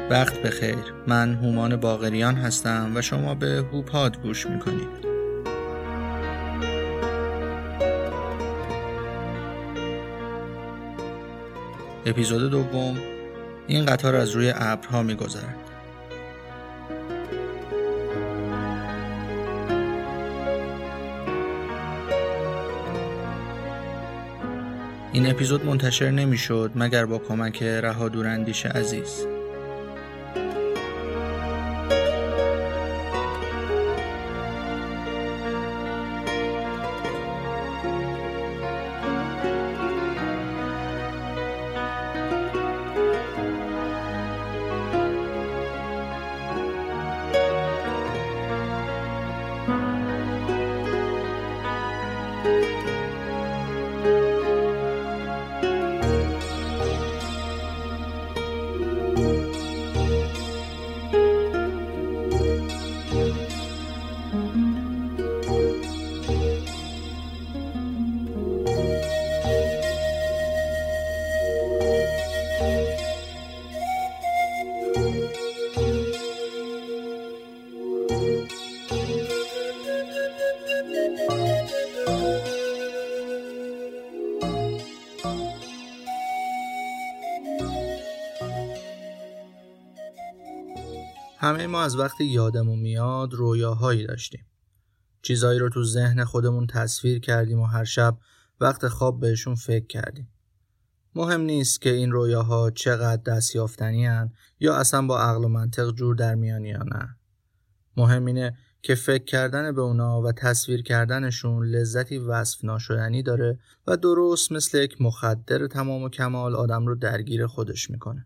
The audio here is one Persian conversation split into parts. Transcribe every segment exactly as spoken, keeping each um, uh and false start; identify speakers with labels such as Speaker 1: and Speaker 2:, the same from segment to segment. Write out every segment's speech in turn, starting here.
Speaker 1: وقت بخیر. من هومان باقریان هستم و شما به هوپاد گوش میکنید. اپیزود دوم. این قطار از روی ابرها میگذرد. این اپیزود منتشر نمیشد مگر با کمک رها دوراندیش عزیز. همه ما از وقتی یادمون میاد رویاهایی داشتیم. چیزایی رو تو ذهن خودمون تصویر کردیم و هر شب وقت خواب بهشون فکر کردیم. مهم نیست که این رویاها چقدر دستیافتنی هن یا اصلا با عقل و منطق جور در میان یا نه. مهم اینه که فکر کردن به اونا و تصویر کردنشون لذتی وصف ناشدنی داره و درست مثل یک مخدر تمام و کمال آدم رو درگیر خودش میکنه.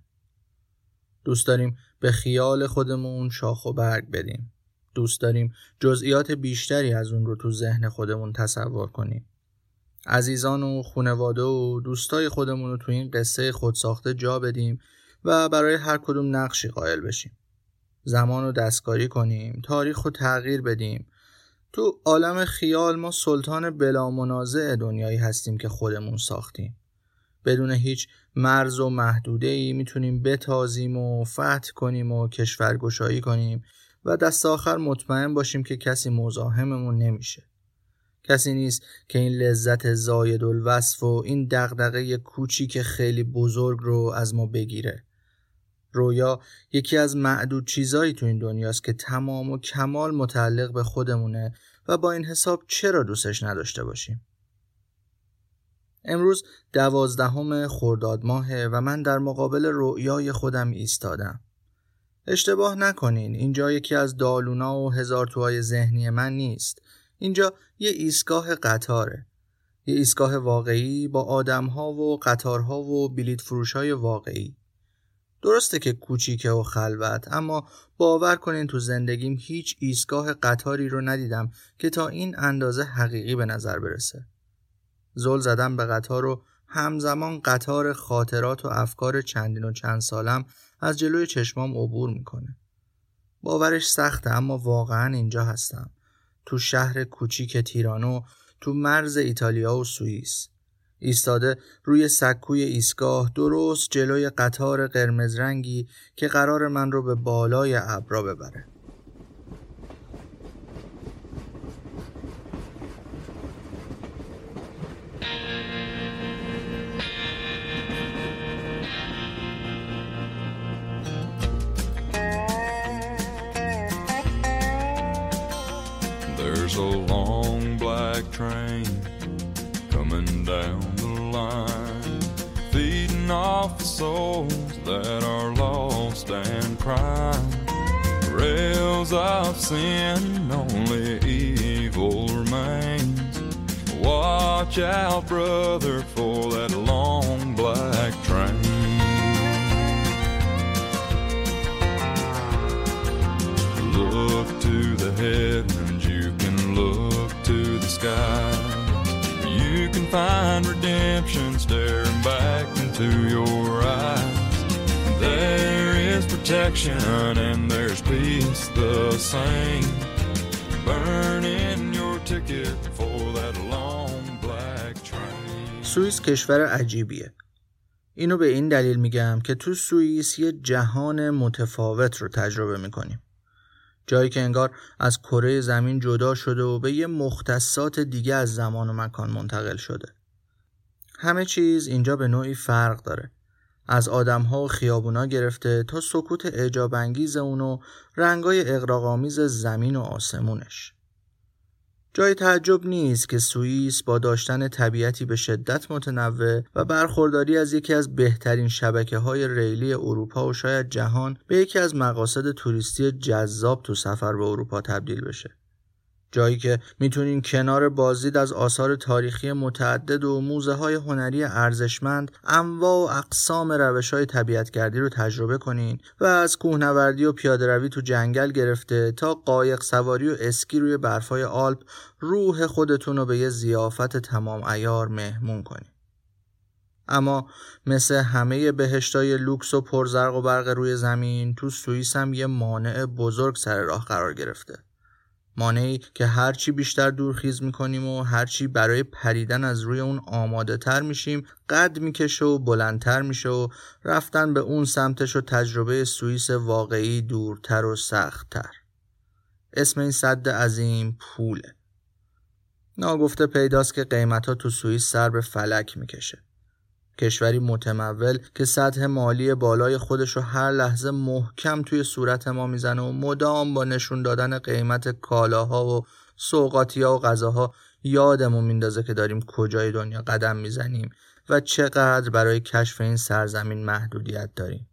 Speaker 1: دوست داریم به خیال خودمون شاخ و برگ بدیم. دوست داریم جزئیات بیشتری از اون رو تو ذهن خودمون تصور کنیم. عزیزان و خانواده و دوستای خودمون رو تو این قصه خودساخته جا بدیم و برای هر کدوم نقشی قائل بشیم. زمان رو دستکاری کنیم، تاریخ رو تغییر بدیم. تو عالم خیال ما سلطان بلا منازع دنیایی هستیم که خودمون ساختیم. بدون هیچ مرز و محدوده‌ای میتونیم بتازیم و فتح کنیم و کشورگشایی کنیم و دست آخر مطمئن باشیم که کسی مزاحممون نمیشه. کسی نیست که این لذت زاید الوصف و این دغدغه کوچیک خیلی بزرگ رو از ما بگیره. رویا یکی از معدود چیزایی تو این دنیاست که تمام و کمال متعلق به خودمونه و با این حساب چرا دوستش نداشته باشیم؟ امروز دوازدهم خرداد ماهه و من در مقابل رؤیای خودم ایستادم. اشتباه نکنین، اینجا یکی از دالونا و هزار توهای ذهنی من نیست. اینجا یه ایستگاه قطاره. یه ایستگاه واقعی با آدم‌ها و قطارها و بلیط فروش‌های واقعی. درسته که کوچیکه و خلوت، اما باور کنین تو زندگیم هیچ ایستگاه قطاری رو ندیدم که تا این اندازه حقیقی به نظر برسه. زل زدم به قطار و همزمان قطار خاطرات و افکار چندین و چند سالم از جلوی چشمام عبور میکنه. باورش سخته اما واقعا اینجا هستم. تو شهر کوچیک تیرانو، تو مرز ایتالیا و سوئیس. ایستاده روی سکوی ایستگاه درست جلوی قطار قرمز رنگی که قرار من رو به بالای ابرا ببره.
Speaker 2: There's a long black train coming down the line, feeding off the souls that are lost and crying. Rails of sin, only evil remains. Watch out, brother, for that long black train. Look to the heavens, you can look to the sky. You can find redemption staring back into your eyes. There is protection and there's peace the same. Burn in your ticket for that long black train.
Speaker 1: سوئیس کشور عجیبیه. اینو به این دلیل میگم که تو سوئیس یه جهان متفاوت رو تجربه میکنیم. جایی که انگار از کره زمین جدا شده و به یه مختصات دیگه از زمان و مکان منتقل شده. همه چیز اینجا به نوعی فرق داره. از آدم‌ها و خیابونا گرفته تا سکوت اعجاب انگیز اون و رنگای اغراق‌آمیز زمین و آسمونش. جای تعجب نیست که سوئیس با داشتن طبیعتی به شدت متنوع و برخورداری از یکی از بهترین شبکه‌های ریلی اروپا و شاید جهان به یکی از مقاصد توریستی جذاب تو سفر به اروپا تبدیل بشه. جایی که میتونین کنار بازدید از آثار تاریخی متعدد و موزه‌های هنری ارزشمند انواع و اقسام روش‌های طبیعت‌گردی رو تجربه کنین و از کوهنوردی و پیاده‌روی تو جنگل گرفته تا قایق سواری و اسکی روی برفای آلپ روح خودتون رو به یه ضیافت تمام عیار مهمون کنین. اما مثل همه بهشتای لوکس و پرزرق و برق روی زمین، تو سوئیس هم یه مانع بزرگ سر راه قرار گرفته. مانعی که هرچی بیشتر دورخیز میکنیم و هرچی برای پریدن از روی اون آماده تر میشیم قد میکشه و بلندتر میشه و رفتن به اون سمتش و تجربه سوئیس واقعی دورتر و سختتر. اسم این سد عظیم پوله. ناگفته پیداست که قیمتا تو سوئیس سر به فلک میکشه. کشوری متمول که سطح مالی بالای خودش رو هر لحظه محکم توی صورت ما میزنه و مدام با نشون دادن قیمت کالاها و سوغاتی‌ها و غذاها یادمون میندازه که داریم کجای دنیا قدم میزنیم و چقدر برای کشف این سرزمین محدودیت داریم.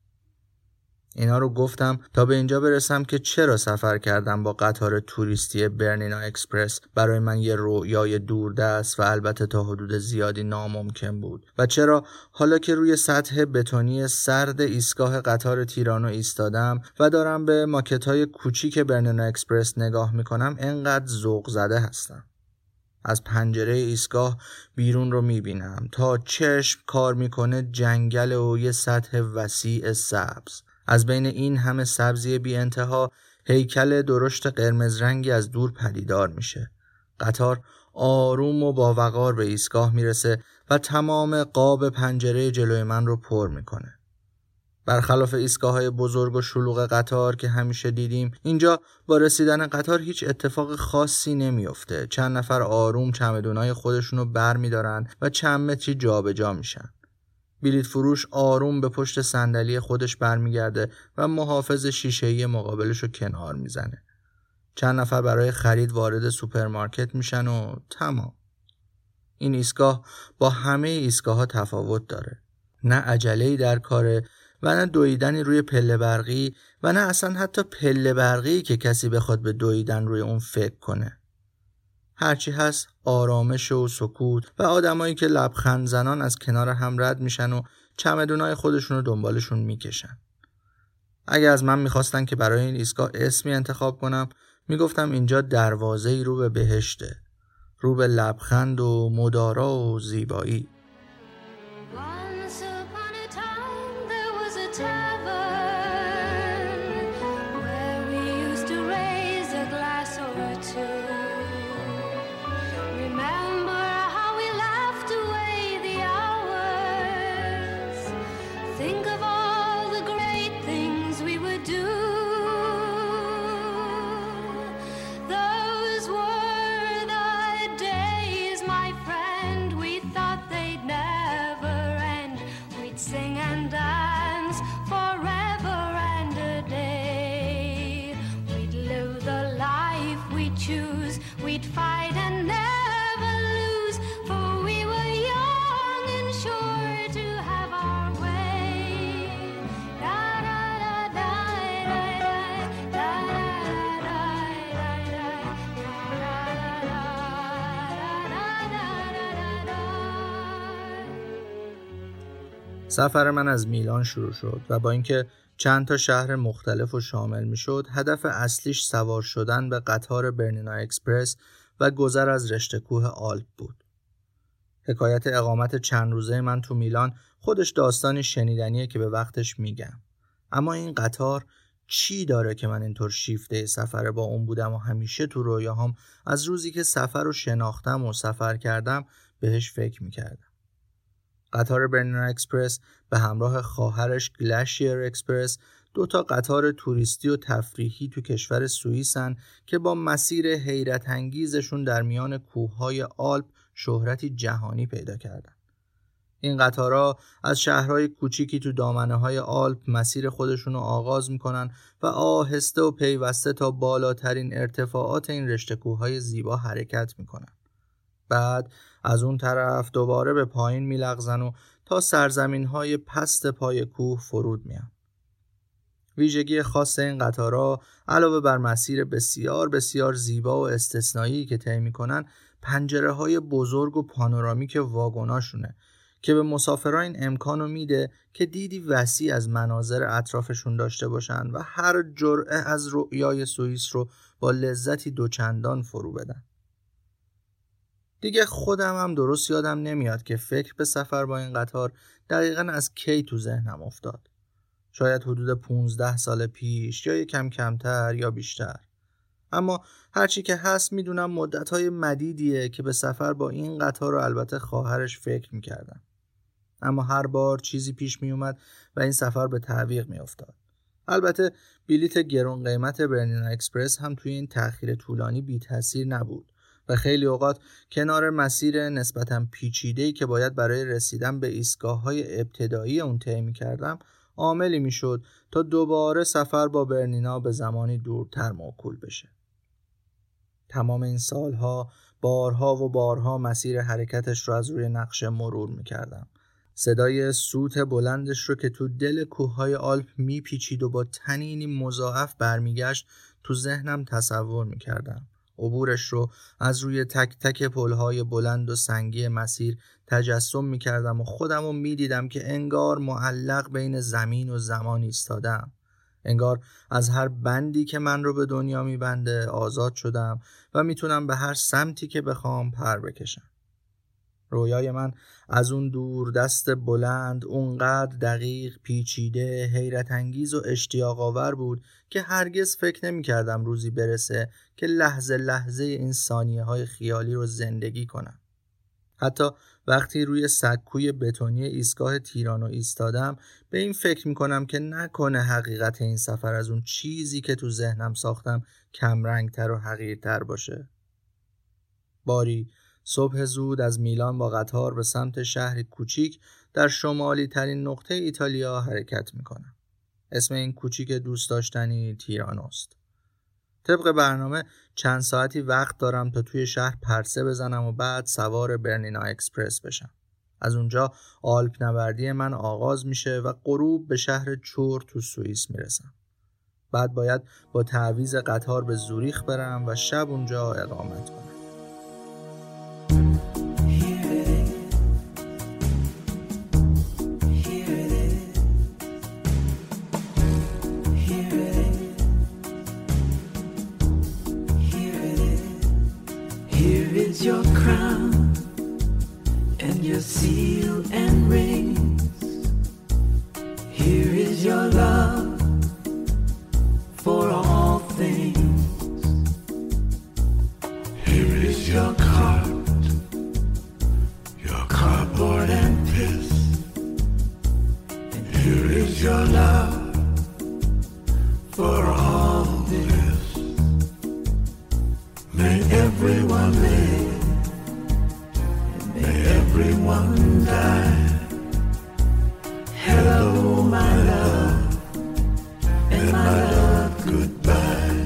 Speaker 1: اینا رو گفتم تا به اینجا برسم که چرا سفر کردم با قطار توریستی برنینا اکسپرس برای من یه رویای دوردست و البته تا حدود زیادی ناممکن بود و چرا حالا که روی سطح بتونی سرد ایستگاه قطار تیرانو ایستادم و دارم به ماکت‌های کوچیک برنینا اکسپرس نگاه میکنم انقدر ذوق زده هستم. از پنجره ایستگاه بیرون رو میبینم تا چشم کار میکنه جنگل و یه سطح وسیع سبز. از بین این همه سبزی بی انتها هیکل درشت قرمز رنگی از دور پدیدار میشه. قطار آروم و با وقار به ایستگاه میرسه و تمام قاب پنجره جلوی من رو پر میکنه. برخلاف ایستگاه‌های بزرگ و شلوغ قطار که همیشه دیدیم، اینجا با رسیدن قطار هیچ اتفاق خاصی نمیفته. چند نفر آروم چمدونای خودشونو بر میدارن و چند متری جابجا میشن. بلیط فروش آروم به پشت صندلی خودش برمیگرده و محافظ شیشه‌ای مقابلش رو کنار میزنه. چند نفر برای خرید وارد سوپرمارکت میشن و تمام. این ایستگاه با همه ایستگاه‌ها تفاوت داره. نه عجله‌ای در کاره و نه دویدنی روی پله برقی و نه اصلا حتی پله برقی که کسی بخواد به دویدن روی اون فکر کنه. هرچی هست آرامش و سکوت و آدمایی که لبخند زنان از کنار هم رد میشن و چمدونای خودشون رو دنبالشون میکشن. اگه از من میخواستن که برای این ایستگاه اسمی انتخاب کنم، میگفتم اینجا دروازه‌ای رو به بهشته، رو به لبخند و مدارا و زیبایی. سفر من از میلان شروع شد و با اینکه چند تا شهر مختلف و شامل می شد، هدف اصلیش سوار شدن به قطار برنینا اکسپرس و گذر از رشته کوه آلپ بود. حکایت اقامت چند روزه من تو میلان خودش داستانی شنیدنیه که به وقتش میگم. اما این قطار چی داره که من اینطور شیفته سفر با اون بودم و همیشه تو رویاهام از روزی که سفر رو شناختم و سفر کردم بهش فکر میکردم. قطار برنینا اکسپرس به همراه خواهرش گلشیر اکسپرس دو تا قطار توریستی و تفریحی تو کشور سوئیسن که با مسیر حیرت انگیزشون در میان کوههای آلپ شهرتی جهانی پیدا کردن. این قطارها از شهرهای کوچیکی تو دامنه‌های آلپ مسیر خودشون رو آغاز میکنن و آهسته و پیوسته تا بالاترین ارتفاعات این رشته کوههای زیبا حرکت میکنن. بعد از اون طرف دوباره به پایین میلغزن و تا سرزمین‌های پست پای کوه فرود میان. ویژگی خاص این قطارها علاوه بر مسیر بسیار بسیار زیبا و استثنایی که طی میکنن، پنجره‌های بزرگ و پانورامیک واگناشونه که به مسافران این امکانو میده که دیدی وسیع از مناظر اطرافشون داشته باشن و هر جرعه از رؤیای سوئیس رو با لذتی دوچندان فرو بدن. دیگه خودم هم درست یادم نمیاد که فکر به سفر با این قطار دقیقاً از کی تو ذهنم افتاد. شاید حدود پونزده سال پیش یا یکم کمتر یا بیشتر. اما هرچی که هست میدونم مدت‌های مدیدیه که به سفر با این قطار و البته خواهرش فکر میکردم. اما هر بار چیزی پیش میومد و این سفر به تعویق میافتاد. البته بلیت گران قیمت برنینا اکسپرس هم توی این تأخیر طولانی بی تاثیر نبود و خیلی اوقات کنار مسیر نسبتاً پیچیده‌ای که باید برای رسیدن به ایستگاه‌های ابتدایی اون طی می‌کردم عاملی میشد تا دوباره سفر با برنینا به زمانی دورتر موکول بشه. تمام این سالها بارها و بارها مسیر حرکتش رو از روی نقشه مرور می‌کردم. صدای سوت بلندش رو که تو دل کوههای آلپ میپیچید و با طنینی مضاعف برمیگشت تو ذهنم تصور می‌کردم. عبورش رو از روی تک تک پلهای بلند و سنگی مسیر تجسم می‌کردم و خودم رو می‌دیدم که انگار معلق بین زمین و زمان ایستادم. انگار از هر بندی که من رو به دنیا می‌بنده آزاد شدم و میتونم به هر سمتی که بخوام پر بکشم. رویای من از اون دور دست بلند اونقدر دقیق، پیچیده، حیرت انگیز و اشتیاق آور بود که هرگز فکر نمی کردم روزی برسه که لحظه لحظه این ثانیه های خیالی رو زندگی کنم. حتی وقتی روی سکوی بتونی ایستگاه تیرانو ایستادم به این فکر می کنم که نکنه حقیقت این سفر از اون چیزی که تو ذهنم ساختم کمرنگتر و حقیرتر باشه. باری صبح زود از میلان با قطار به سمت شهر کوچیک در شمالی ترین نقطه ایتالیا حرکت میکنم. اسم این کوچیک دوست داشتنی تیرانوست. طبق برنامه چند ساعتی وقت دارم تا توی شهر پرسه بزنم و بعد سوار برنینا اکسپرس بشم. از اونجا آلپ نوردی من آغاز میشه و غروب به شهر چور تو سوئیس میرسم. بعد باید با تعویض قطار به زوریخ برم و شب اونجا اقامت کنم.
Speaker 3: Your crown and your seal and rings. Here is your love for all things. Here is your cart, your cardboard and piss. And here is your love for all this. May everyone live. Everyone die. Hello, my love, and my love, goodbye.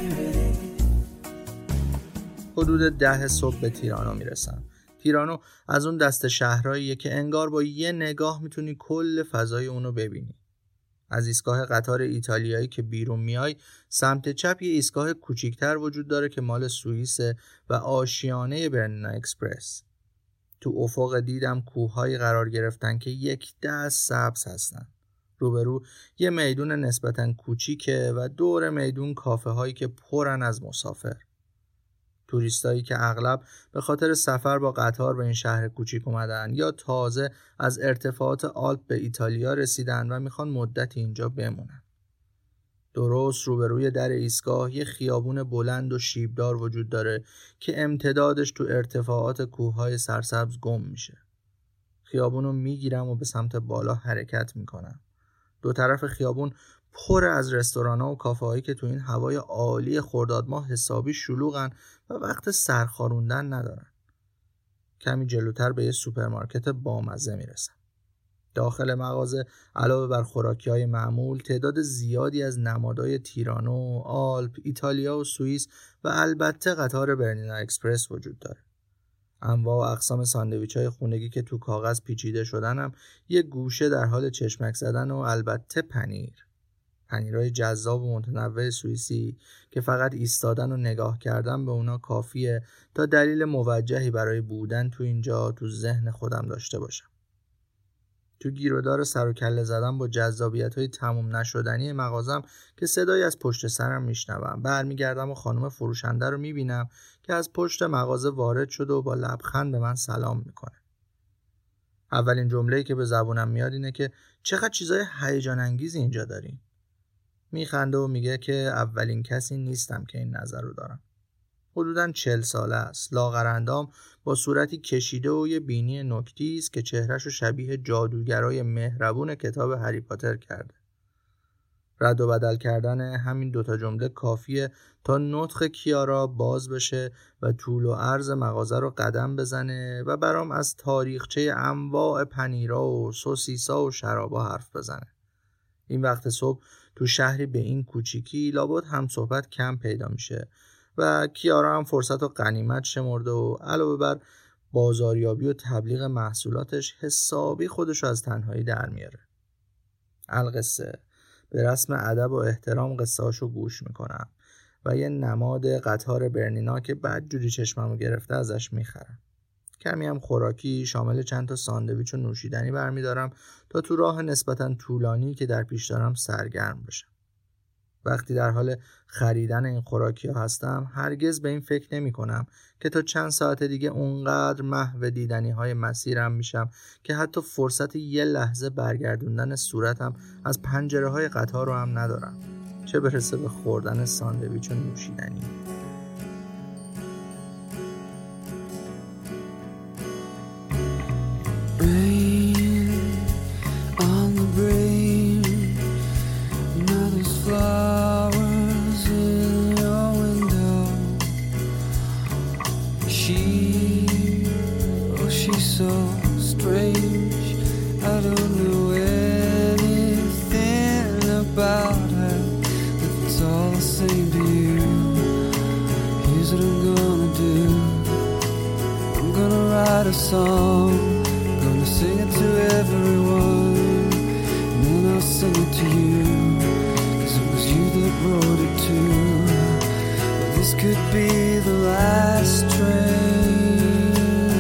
Speaker 1: حدود ده صبح به تیرانو میرسم. تیرانو از اون دست شهرهاییه که انگار با یه نگاه میتونی کل فضای اونو ببینی. از ایستگاه قطار ایتالیایی که بیرون میای سمت چپ یه ایستگاه کوچیکتر وجود داره که مال سوئیسه و آشیانه برنینا اکسپرس. تو افق دیدم کوه‌هایی قرار گرفتن که یک دست سبز هستن. روبرو یه میدون نسبتاً کوچیکه و دور میدون کافه هایی که پرن از مسافر. توریستایی که اغلب به خاطر سفر با قطار به این شهر کوچیک اومدن یا تازه از ارتفاعات آلپ به ایتالیا رسیدن و میخوان مدتی اینجا بمونن. درست روبروی در ایستگاه یه خیابون بلند و شیبدار وجود داره که امتدادش تو ارتفاعات کوههای سرسبز گم میشه. خیابونو میگیرم و به سمت بالا حرکت میکنم. دو طرف خیابون پر از رستورانا و کافه هایی که تو این هوای عالی خرداد ماه حسابی شلوغن و وقت سرخاروندن ندارن. کمی جلوتر به یه سوپرمارکت بامزه میرسم. داخل مغازه علاوه بر خوراکی‌های معمول تعداد زیادی از نمادهای تیرانو، آلپ، ایتالیا و سوئیس و البته قطار برنینا اکسپرس وجود داره. انواع و اقسام ساندویچ‌های خونگی که تو کاغذ پیچیده شدن هم یه گوشه در حال چشمک زدن و البته پنیر. پنیرهای جذاب و متنوع سوئیسی که فقط ایستادن و نگاه کردن به اونا کافیه تا دلیل موجهی برای بودن تو اینجا تو ذهن خودم داشته باشم. تو گیرودار سر و کله زدن با جذابیت‌های تموم نشدنی مغازم که صدایی از پشت سرم میشنوم، برمیگردم و خانم فروشنده رو میبینم که از پشت مغازه وارد شده و با لبخند به من سلام میکنه. اولین جمله‌ای که به زبونم میاد اینه که چقدر چیزای هیجان انگیزی اینجا دارین. میخنده و میگه که اولین کسی نیستم که این نظر رو دارم. حدوداً چهل ساله است، لاغرندام، با صورتی کشیده و یه بینی نکتی است که چهرهشو شبیه جادوگرای مهربون کتاب هری پاتر کرده. رد و بدل کردن همین دوتا جمله کافیه تا نطق کیارا باز بشه و طول و عرض مغازه رو قدم بزنه و برام از تاریخچه انواع پنیرا و سوسیسا و شرابا حرف بزنه. این وقت صبح تو شهری به این کوچیکی لابد هم صحبت کم پیدا میشه و کیارا هم فرصت و غنیمت شمرده و علاوه بر بازاریابی و تبلیغ محصولاتش حسابی خودشو از تنهایی در میاره. القصه به رسم ادب و احترام قصه‌اشو گوش میکنم و یه نماد قطار برنینا که بدجوری چشممو گرفته ازش میخرم. کمی هم خوراکی شامل چند تا ساندویچ و نوشیدنی برمیدارم تا تو راه نسبتاً طولانی که در پیش دارم سرگرم بشم. وقتی در حال خریدن این خوراکی ها هستم هرگز به این فکر نمی کنم که تا چند ساعت دیگه اونقدر محو دیدنی های مسیرم میشم که حتی فرصت یه لحظه برگردوندن صورتم از پنجره های قطار رو هم ندارم، چه برسه به خوردن ساندویچ و نوشیدنی.
Speaker 3: A song, gonna sing it to everyone, and then I'll sing it to you, cause it was you that wrote it too. Well, this could be the last train.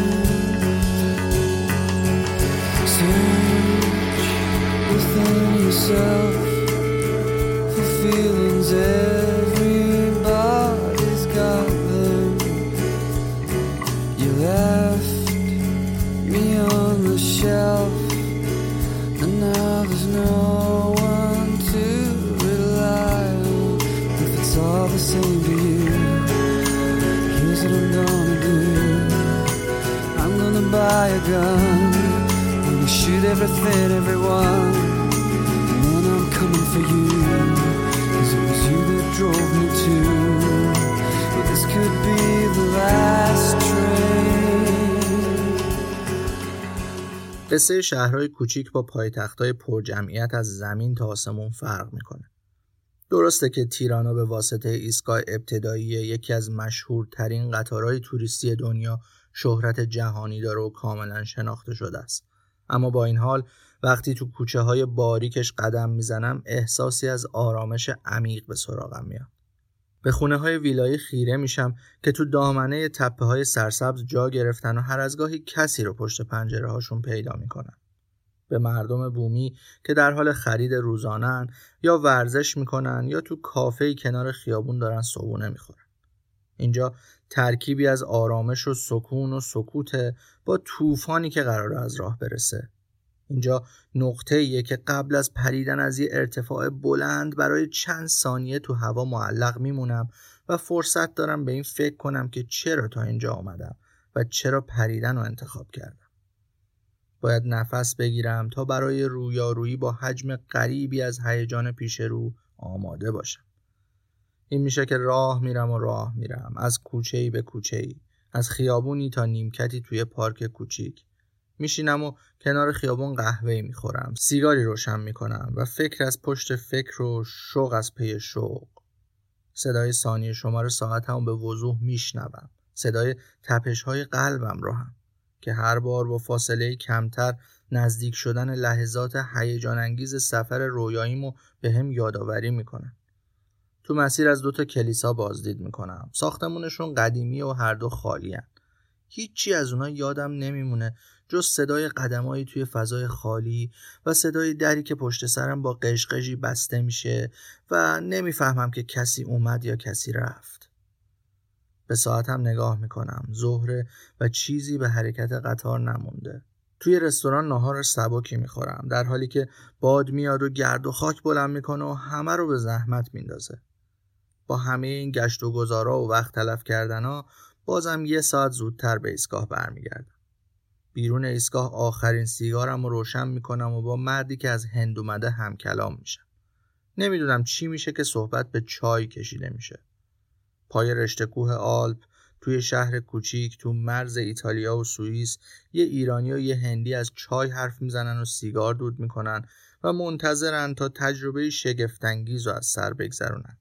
Speaker 3: Search within yourself for feelings, everybody's got them. You left me on the shelf, and now there's no one to rely on. If it's all the same to you, here's what I'm gonna do. I'm gonna buy a gun, I'm gonna shoot everything, everyone, and then I'm coming for you, cause it was you that drove me to. But this could be the last train.
Speaker 1: قصه شهرهای کوچیک با پایتخت‌های پرجمعیت از زمین تا آسمون فرق میکنه. درسته که تیرانا به واسطه ایستگاه ابتدایی یکی از مشهورترین قطارهای توریستی دنیا شهرت جهانی داره و کاملا شناخته شده است. اما با این حال وقتی تو کوچه های باریکش قدم میزنم احساسی از آرامش عمیق به سراغم میاد. به خونه های ویلایی خیره میشم که تو دامنه تپه های سرسبز جا گرفتن و هر از گاهی کسی رو پشت پنجره هاشون پیدا میکنن. به مردم بومی که در حال خرید روزانه‌ان یا ورزش میکنن یا تو کافه‌ای کنار خیابون دارن صبحونه میخورن. اینجا ترکیبی از آرامش و سکون و سکوت با طوفانی که قراره از راه برسه. اینجا نقطه‌ایه که قبل از پریدن از یه ارتفاع بلند برای چند ثانیه تو هوا معلق میمونم و فرصت دارم به این فکر کنم که چرا تا اینجا آمدم و چرا پریدن رو انتخاب کردم. باید نفس بگیرم تا برای رویارویی با حجم غریبی از هیجان پیش رو آماده باشم. این میشه که راه میرم و راه میرم، از کوچه‌ای به کوچه‌ای، از خیابونی تا نیمکتی توی پارک کوچیک. میشینم و کنار خیابون قهوه‌ای میخورم، سیگاری روشن میکنم و فکر از پشت فکر و شوق از پی شوق. صدای ثانیه شمار ساعتم به وضوح میشنوم، صدای تپش‌های قلبم رو هم که هر بار با فاصله کمتر نزدیک شدن لحظات هیجان انگیز سفر رویاییمو به هم یادآوری میکنن. تو مسیر از دوتا کلیسا بازدید میکنم. ساختمونشون قدیمی و هر دو خالی هن. هیچی از اونها یادم نمیمونه جز صدای قدمایی توی فضای خالی و صدای دری که پشت سرم با قشقشی بسته میشه و نمیفهمم که کسی اومد یا کسی رفت. به ساعتم نگاه میکنم. ظهره و چیزی به حرکت قطار نمونده. توی رستوران ناهار سبکی میخورم در حالی که باد میاد و گرد و خاک بلند میکنه و همه رو به زحمت میندازه. با همه این گشت و گذارا و وقت تلف کردنا بازم یه ساعت زودتر به ایستگاه برمیگردم. بیرون ایستگاه آخرین سیگارم رو روشن میکنم و با مردی که از هند اومده هم کلام میشم. نمیدونم چی میشه که صحبت به چای کشیده میشه. پای رشته کوه آلپ توی شهر کوچیک تو مرز ایتالیا و سوئیس یه ایرانی و یه هندی از چای حرف میزنن و سیگار دود میکنن و منتظرن تا تجربه شگفت‌انگیز رو از سر بگذرونن.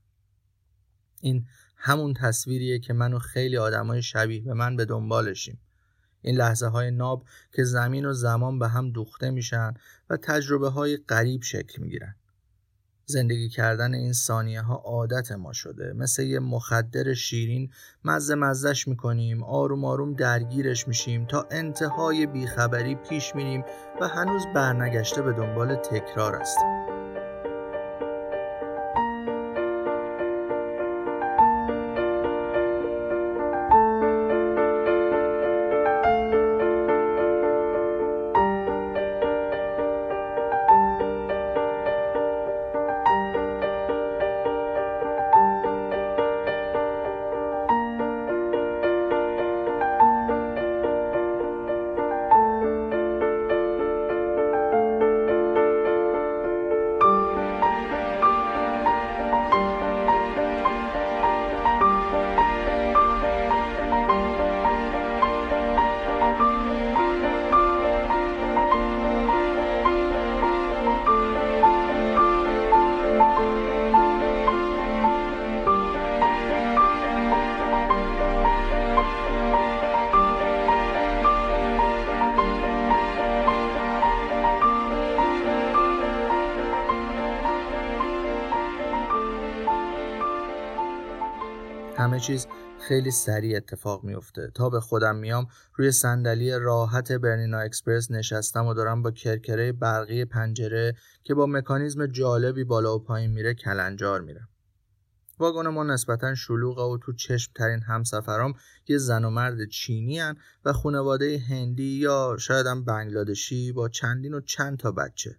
Speaker 1: این همون تصویریه که من و خیلی آدمای شبیه به من به دنبالشیم. این لحظه های ناب که زمین و زمان به هم دوخته میشن و تجربه های غریب شکل میگیرن. زندگی کردن این ثانیه ها عادت ما شده. مثل یه مخدر شیرین مزه مزهش میکنیم، آروم آروم درگیرش میشیم تا انتهای بیخبری پیش میریم و هنوز برنگشته به دنبال تکرار هستیم. همه چیز خیلی سریع اتفاق میفته. تا به خودم میام روی صندلی راحت برنینا اکسپرس نشستم و دارم با کرکره برقی پنجره که با مکانیزم جالبی بالا و پایین میره کلنجار میرم. واگن ما نسبتاً شلوغه و تو چشم ترین همسفرام یه زن و مرد چینی هن و خانواده هندی یا شاید هم بنگلادشی با چندین و چند تا بچه.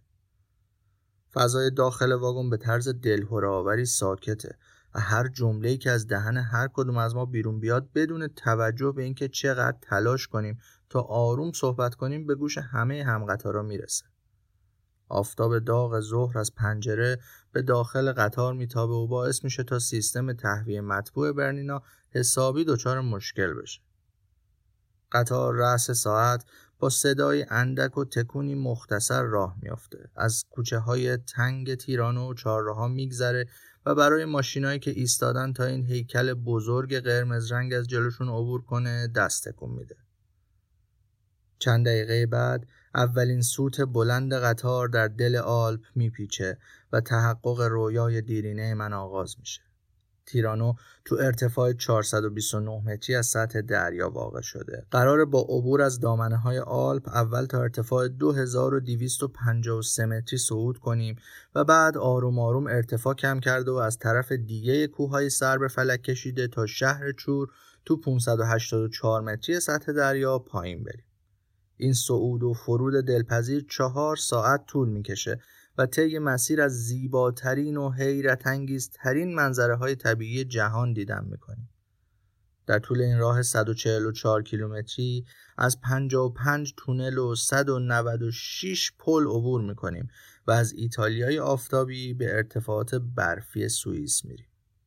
Speaker 1: فضای داخل واگن به طرز دلهره‌آوری ساکته و هر جمله‌ای که از دهن هر کدوم از ما بیرون بیاد بدون توجه به اینکه چقدر تلاش کنیم تا آروم صحبت کنیم به گوش همه همقطارا میرسه. آفتاب داغ ظهر از پنجره به داخل قطار میتابه و باعث میشه تا سیستم تهویه مطبوع برنینا حسابی دچار مشکل بشه. قطار رأس ساعت با صدای اندک و تکونی مختصر راه میافته. از کوچه های تنگ تیرانو و چهارراه میگذره و برای ماشینایی که ایستادن تا این هیکل بزرگ قرمز رنگ از جلوشون عبور کنه دست تکون میده. چند دقیقه بعد اولین سوت بلند قطار در دل آلپ میپیچه و تحقق رویای دیرینه من آغاز میشه. تیرانو تو ارتفاع چهارصد و بیست و نه متری از سطح دریا واقع شده. قراره با عبور از دامنه‌های آلپ اول تا ارتفاع دو هزار و دویست و پنجاه و سه متری صعود کنیم و بعد آروم آروم ارتفاع کم کرده و از طرف دیگه کوههای سر به فلک کشیده تا شهر چور تو پانصد و هشتاد و چهار متری سطح دریا پایین بریم. این صعود و فرود دلپذیر چهار ساعت طول میکشه و طی مسیر از زیباترین و حیرت انگیزترین منظره های طبیعی جهان دیدن میکنیم. در طول این راه صد و چهل و چهار کیلومتری از پنجاه و پنج تونل و صد و نود و شش پل عبور میکنیم و از ایتالیای آفتابی به ارتفاعات برفی سوئیس میریم.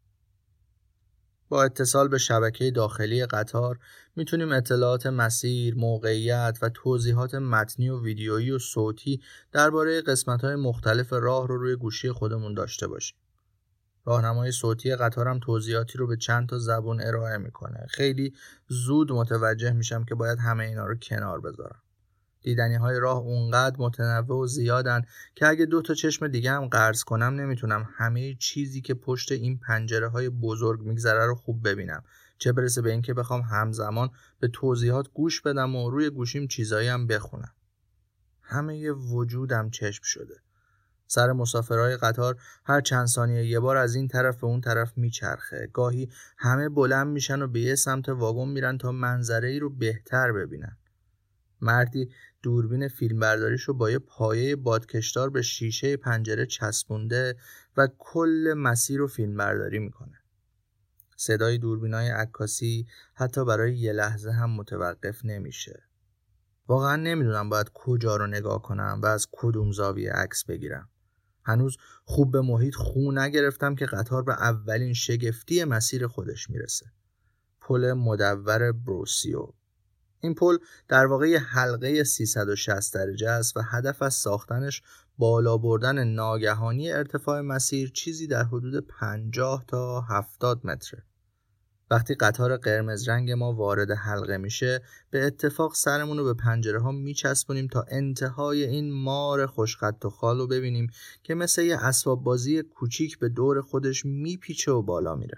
Speaker 1: با اتصال به شبکه داخلی قطار میتونیم اطلاعات مسیر، موقعیت و توضیحات متنی و ویدیویی و صوتی درباره قسمت‌های مختلف راه رو روی گوشی خودمون داشته باشیم. راهنمای صوتی قطار هم توضیحاتی رو به چند تا زبان ارائه میکنه. خیلی زود متوجه میشم که باید همه اینا رو کنار بذارم. دیدنی های راه اونقدر متنوع و زیادن که اگه دو تا چشم دیگه هم قرض کنم نمیتونم همه چیزی که پشت این پنجره های بزرگ میگذره رو خوب ببینم، چه برسه به این که بخوام همزمان به توضیحات گوش بدم و روی گوشیم چیزایی هم بخونم. همه ی وجودم چشم شده. سر مسافرهای قطار هر چند ثانیه یه بار از این طرف به اون طرف میچرخه. گاهی همه بلند میشن و به یه سمت واگن میرن تا منظره ای رو بهتر ببینن. مردی دوربین فیلمبرداریشو با یه پایه بادکشدار به شیشه پنجره چسبونده و کل مسیر رو فیلمبرداری میکنه. صدای دوربینای عکاسی حتی برای یه لحظه هم متوقف نمیشه. واقعا نمیدونم باید کجا رو نگاه کنم و از کدوم زاویه عکس بگیرم. هنوز خوب به محیط خو نگرفتم که قطار به اولین شگفتی مسیر خودش میرسه. پل مدور بروسیو. این پل در واقع یه حلقه سیصد و شصت درجه است و هدف از ساختنش بالا بردن ناگهانی ارتفاع مسیر چیزی در حدود پنجاه تا هفتاد متره. وقتی قطار قرمز رنگ ما وارد حلقه میشه به اتفاق سرمون رو به پنجره ها میچسبونیم تا انتهای این مار خوشخط و خال رو ببینیم که مثل یه اسباب بازی کوچیک به دور خودش میپیچه و بالا میره.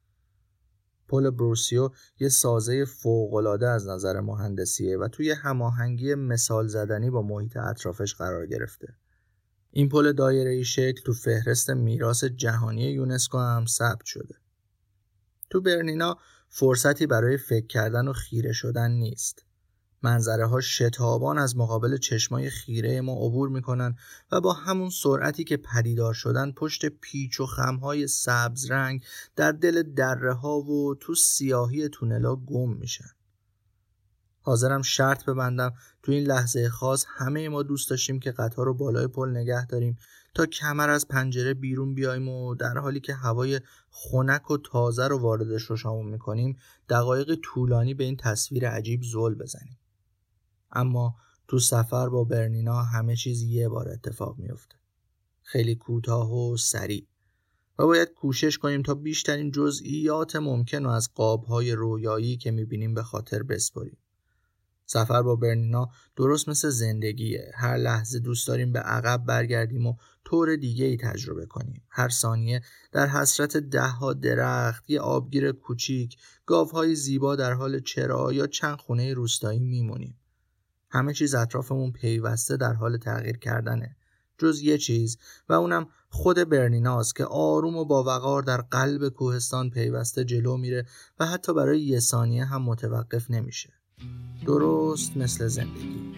Speaker 1: پل بروسیو یه سازه فوق‌العاده از نظر مهندسیه و توی هماهنگی مثال زدنی با محیط اطرافش قرار گرفته. این پل دایره‌ای شکل تو فهرست میراث جهانی یونسکو هم ثبت شده. تو برنینا فرصتی برای فکر کردن و خیره شدن نیست. منظره ها شتابان از مقابل چشمای خیره ما عبور میکنن و با همون سرعتی که پدیدار شدن پشت پیچ و خمهای سبز رنگ در دل دره ها و تو سیاهی تونلا گم میشن. حاضرم شرط ببندم تو این لحظه خاص همه ما دوست داشتیم که قطار رو بالای پل نگه داریم تا کمر از پنجره بیرون بیایم و در حالی که هوای خنک و تازه رو وارد ششامون میکنیم دقایق طولانی به این تصویر عجیب زل بزنیم. اما تو سفر با برنینا همه چیز یه بار اتفاق میفته. خیلی کوتاه و سریع و باید کوشش کنیم تا بیشترین جزئیات ممکن رو از قابهای رویایی که میبینیم به خاطر بسپاریم. سفر با برنینا درست مثل زندگیه. هر لحظه دوست داریم به عقب برگردیم و طور دیگه ای تجربه کنیم. هر ثانیه در حسرت ده ها درخت، یه آبگیر کوچیک، گاوهای زیبا در حال چرا یا چند خونه روستایی میمونیم. همه چیز اطرافمون پیوسته در حال تغییر کردنه، جز یه چیز و اونم خود برنیناست که آروم و با وقار در قلب کوهستان پیوسته جلو میره و حتی برای یه ثانیه هم متوقف نمیشه. درست مثل زندگی.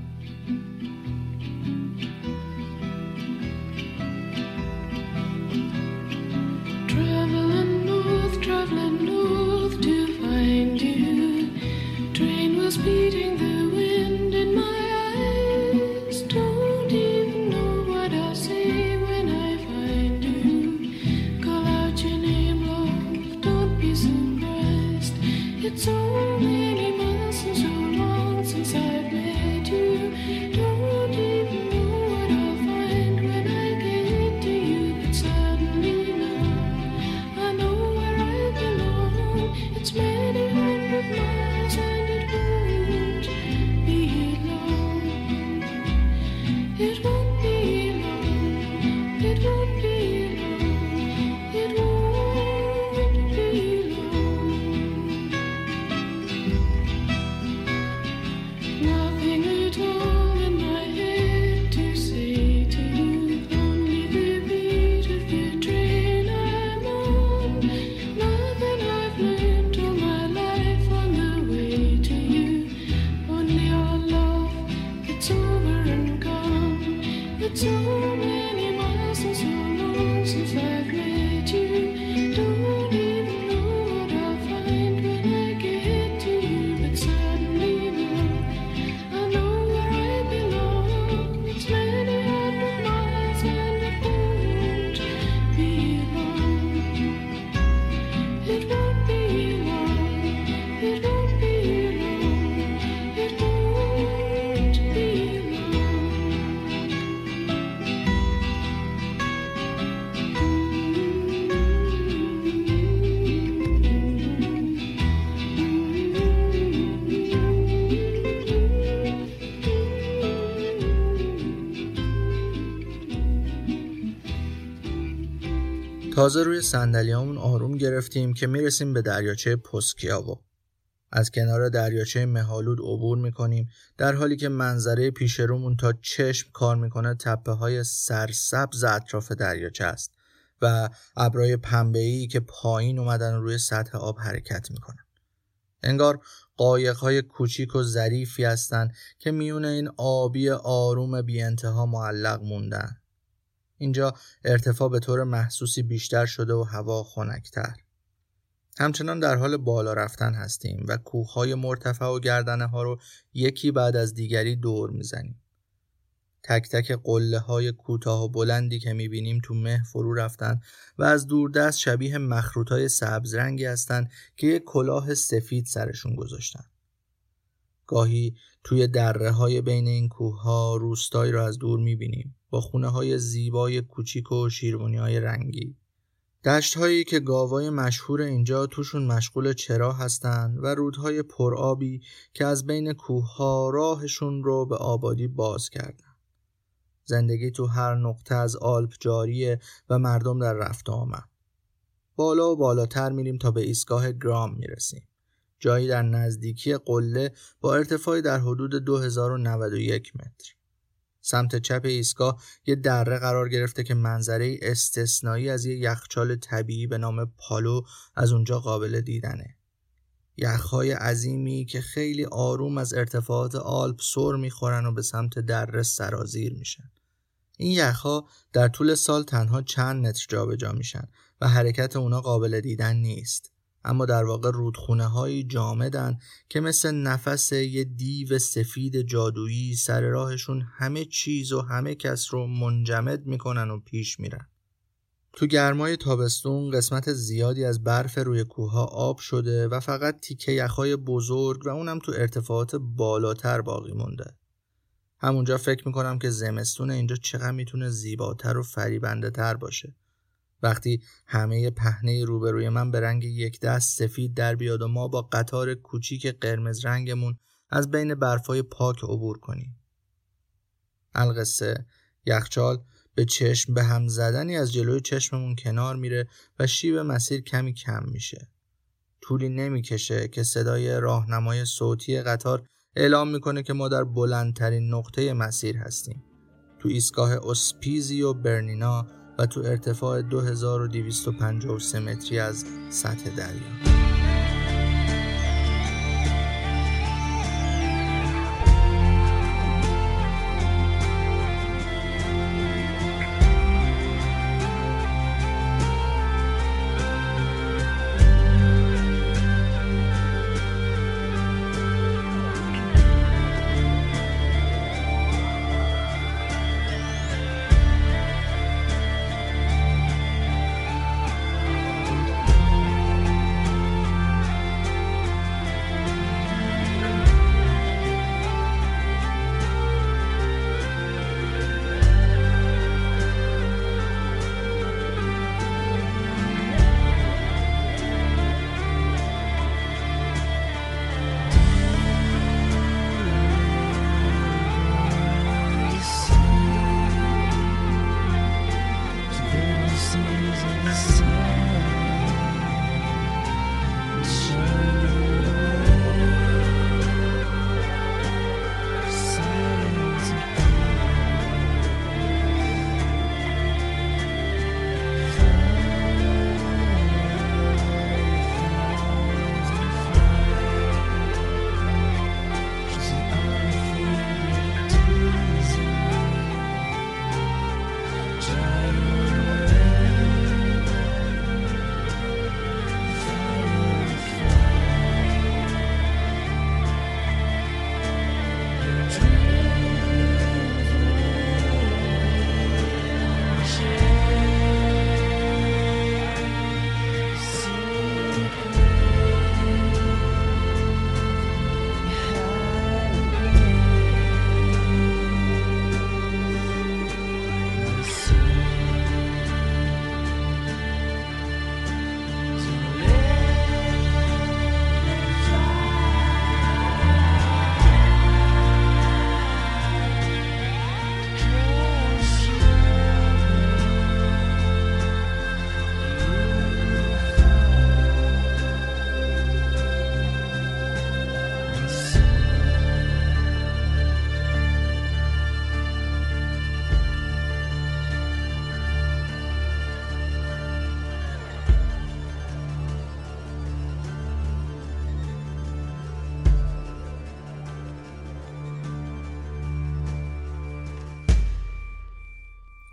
Speaker 4: Traveling north, traveling north to find you. Train was beating the wind in my eyes. Don't even know what I'll say when I find you. Call out your name, love, don't be surprised. It's so many months and so long since I've met you. Don't even know what I'll find when I get to you. But suddenly now I know where I belong. It's many hundred miles and it won't be long. It won't be long. It won't be long. It won't be long. Nothing at all in my
Speaker 1: تازه روی صندلیامون آروم گرفتیم که میرسیم به دریاچه پوسکیاوو. از کنار دریاچه مه‌آلود عبور میکنیم در حالی که منظره پیش رومون تا چشم کار میکنه تپه های سرسبز اطراف دریاچه است و ابرای پنبه‌ای که پایین اومدن روی سطح آب حرکت میکنن. انگار قایق‌های کوچیک و ظریفی هستن که میون این آبی آروم بی انتها معلق موندن. اینجا ارتفاع به طور محسوسی بیشتر شده و هوا خنک‌تر. همچنان در حال بالا رفتن هستیم و کوه‌های مرتفع و گردنه ها رو یکی بعد از دیگری دور میزنیم. تک تک قله‌های کوتاه و بلندی که میبینیم تو مه فرو رفتن و از دوردست شبیه مخروط‌های سبز رنگی هستن که یک کلاه سفید سرشون گذاشتن. گاهی توی دره‌های بین این کوه‌ها روستایی رو از دور میبینیم با خونه‌های زیبای کوچیک و شیروانی‌های رنگی. دشت‌هایی که گاوای مشهور اینجا توشون مشغول چرا هستن و رودهای پرآبی که از بین کوه‌ها راهشون رو به آبادی باز کردن. زندگی تو هر نقطه از آلپ جاریه و مردم در رفت و آمد. بالا و بالاتر میریم تا به ایستگاه گرام میرسیم. جایی در نزدیکی قله با ارتفاعی در حدود دو هزار و نود و یک متر. سمت چپ ایستگاه یه دره قرار گرفته که منظره استثنایی از یه یخچال طبیعی به نام پالو از اونجا قابل دیدنه. یخهای عظیمی که خیلی آروم از ارتفاعات آلپ سر میخورن و به سمت دره سرازیر میشن. این یخها در طول سال تنها چند متر جابجا میشن و حرکت اونا قابل دیدن نیست. اما در واقع رودخونه هایی جامدن که مثل نفس یه دیو سفید جادویی سر راهشون همه چیز و همه کس رو منجمد میکنن و پیش میرن. تو گرمای تابستون قسمت زیادی از برف روی کوه‌ها آب شده و فقط تیکه یخهای بزرگ و اونم تو ارتفاعات بالاتر باقی مونده. همونجا فکر میکنم که زمستون اینجا چقدر میتونه زیباتر و فریبنده تر باشه. وقتی همه پهنه روبروی من به رنگ یک دست سفید در بیاد و ما با قطار کوچیک قرمز رنگمون از بین برفای پاک عبور کنیم. القصه یخچال به چشم به هم زدنی از جلوی چشممون کنار میره و شیب مسیر کمی کم میشه. طولی نمیکشه که صدای راهنمای صوتی قطار اعلام میکنه که ما در بلندترین نقطه مسیر هستیم. تو ایستگاه اوسپیزیو برنینا و تو ارتفاع دو هزار و دویست و پنجاه و سه متری از سطح دریا.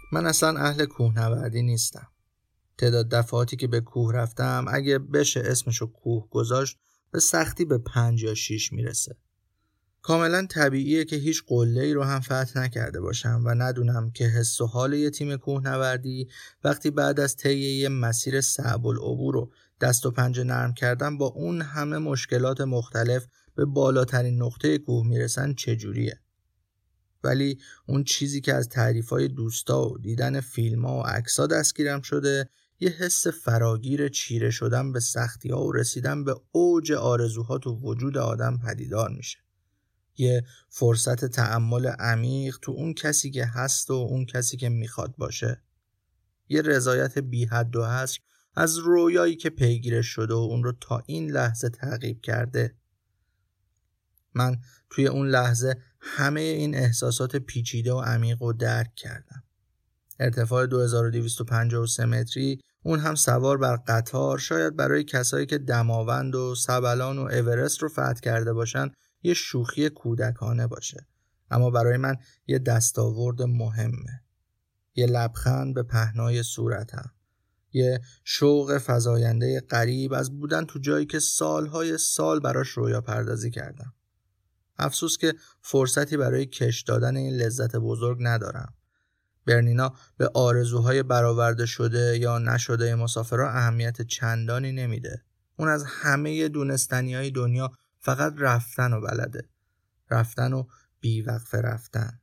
Speaker 1: من اصلا اهل کوهنوردی نیستم. تعداد دفعاتی که به کوه رفتم اگه بشه اسمشو کوه گذاشت به سختی به پنج یا شیش میرسه. کاملا طبیعیه که هیچ قله‌ای رو هم فتح نکرده باشم و ندونم که حس و حال یه تیم کوهنوردی وقتی بعد از طی یه مسیر صعب العبور رو دست و پنجه نرم کردن با اون همه مشکلات مختلف به بالاترین نقطه کوه میرسن چجوریه. ولی اون چیزی که از تعریفای دوستا و دیدن فیلم‌ها و عکس‌ها دستگیرم شده یه حس فراگیر چیره شدن به سختی‌ها و رسیدن به اوج آرزوها تو وجود آدم پدیدار میشه. یه فرصت تأمل عمیق تو اون کسی که هست و اون کسی که میخواد باشه. یه رضایت بی حد و حصر از رویایی که پیگیرش شده و اون رو تا این لحظه تعقیب کرده. من توی اون لحظه همه این احساسات پیچیده و عمیق رو درک کردم. ارتفاع دو هزار و دویست و پنجاه و سه متری، اون هم سوار بر قطار، شاید برای کسایی که دماوند و سبلان و اورست رو فتح کرده باشن یه شوخی کودکانه باشه، اما برای من یه دستاورد مهمه. یه لبخند به پهنای صورتم، یه شوق فزاینده غریب از بودن تو جایی که سالهای سال براش رویا پردازی کردم. افسوس که فرصتی برای کش دادن این لذت بزرگ ندارم. برنینا به آرزوهای برآورده شده یا نشده مسافرها اهمیت چندانی نمیده. اون از همه دونستنی‌های دنیا فقط رفتن و بلده. رفتن و بیوقفه رفتن.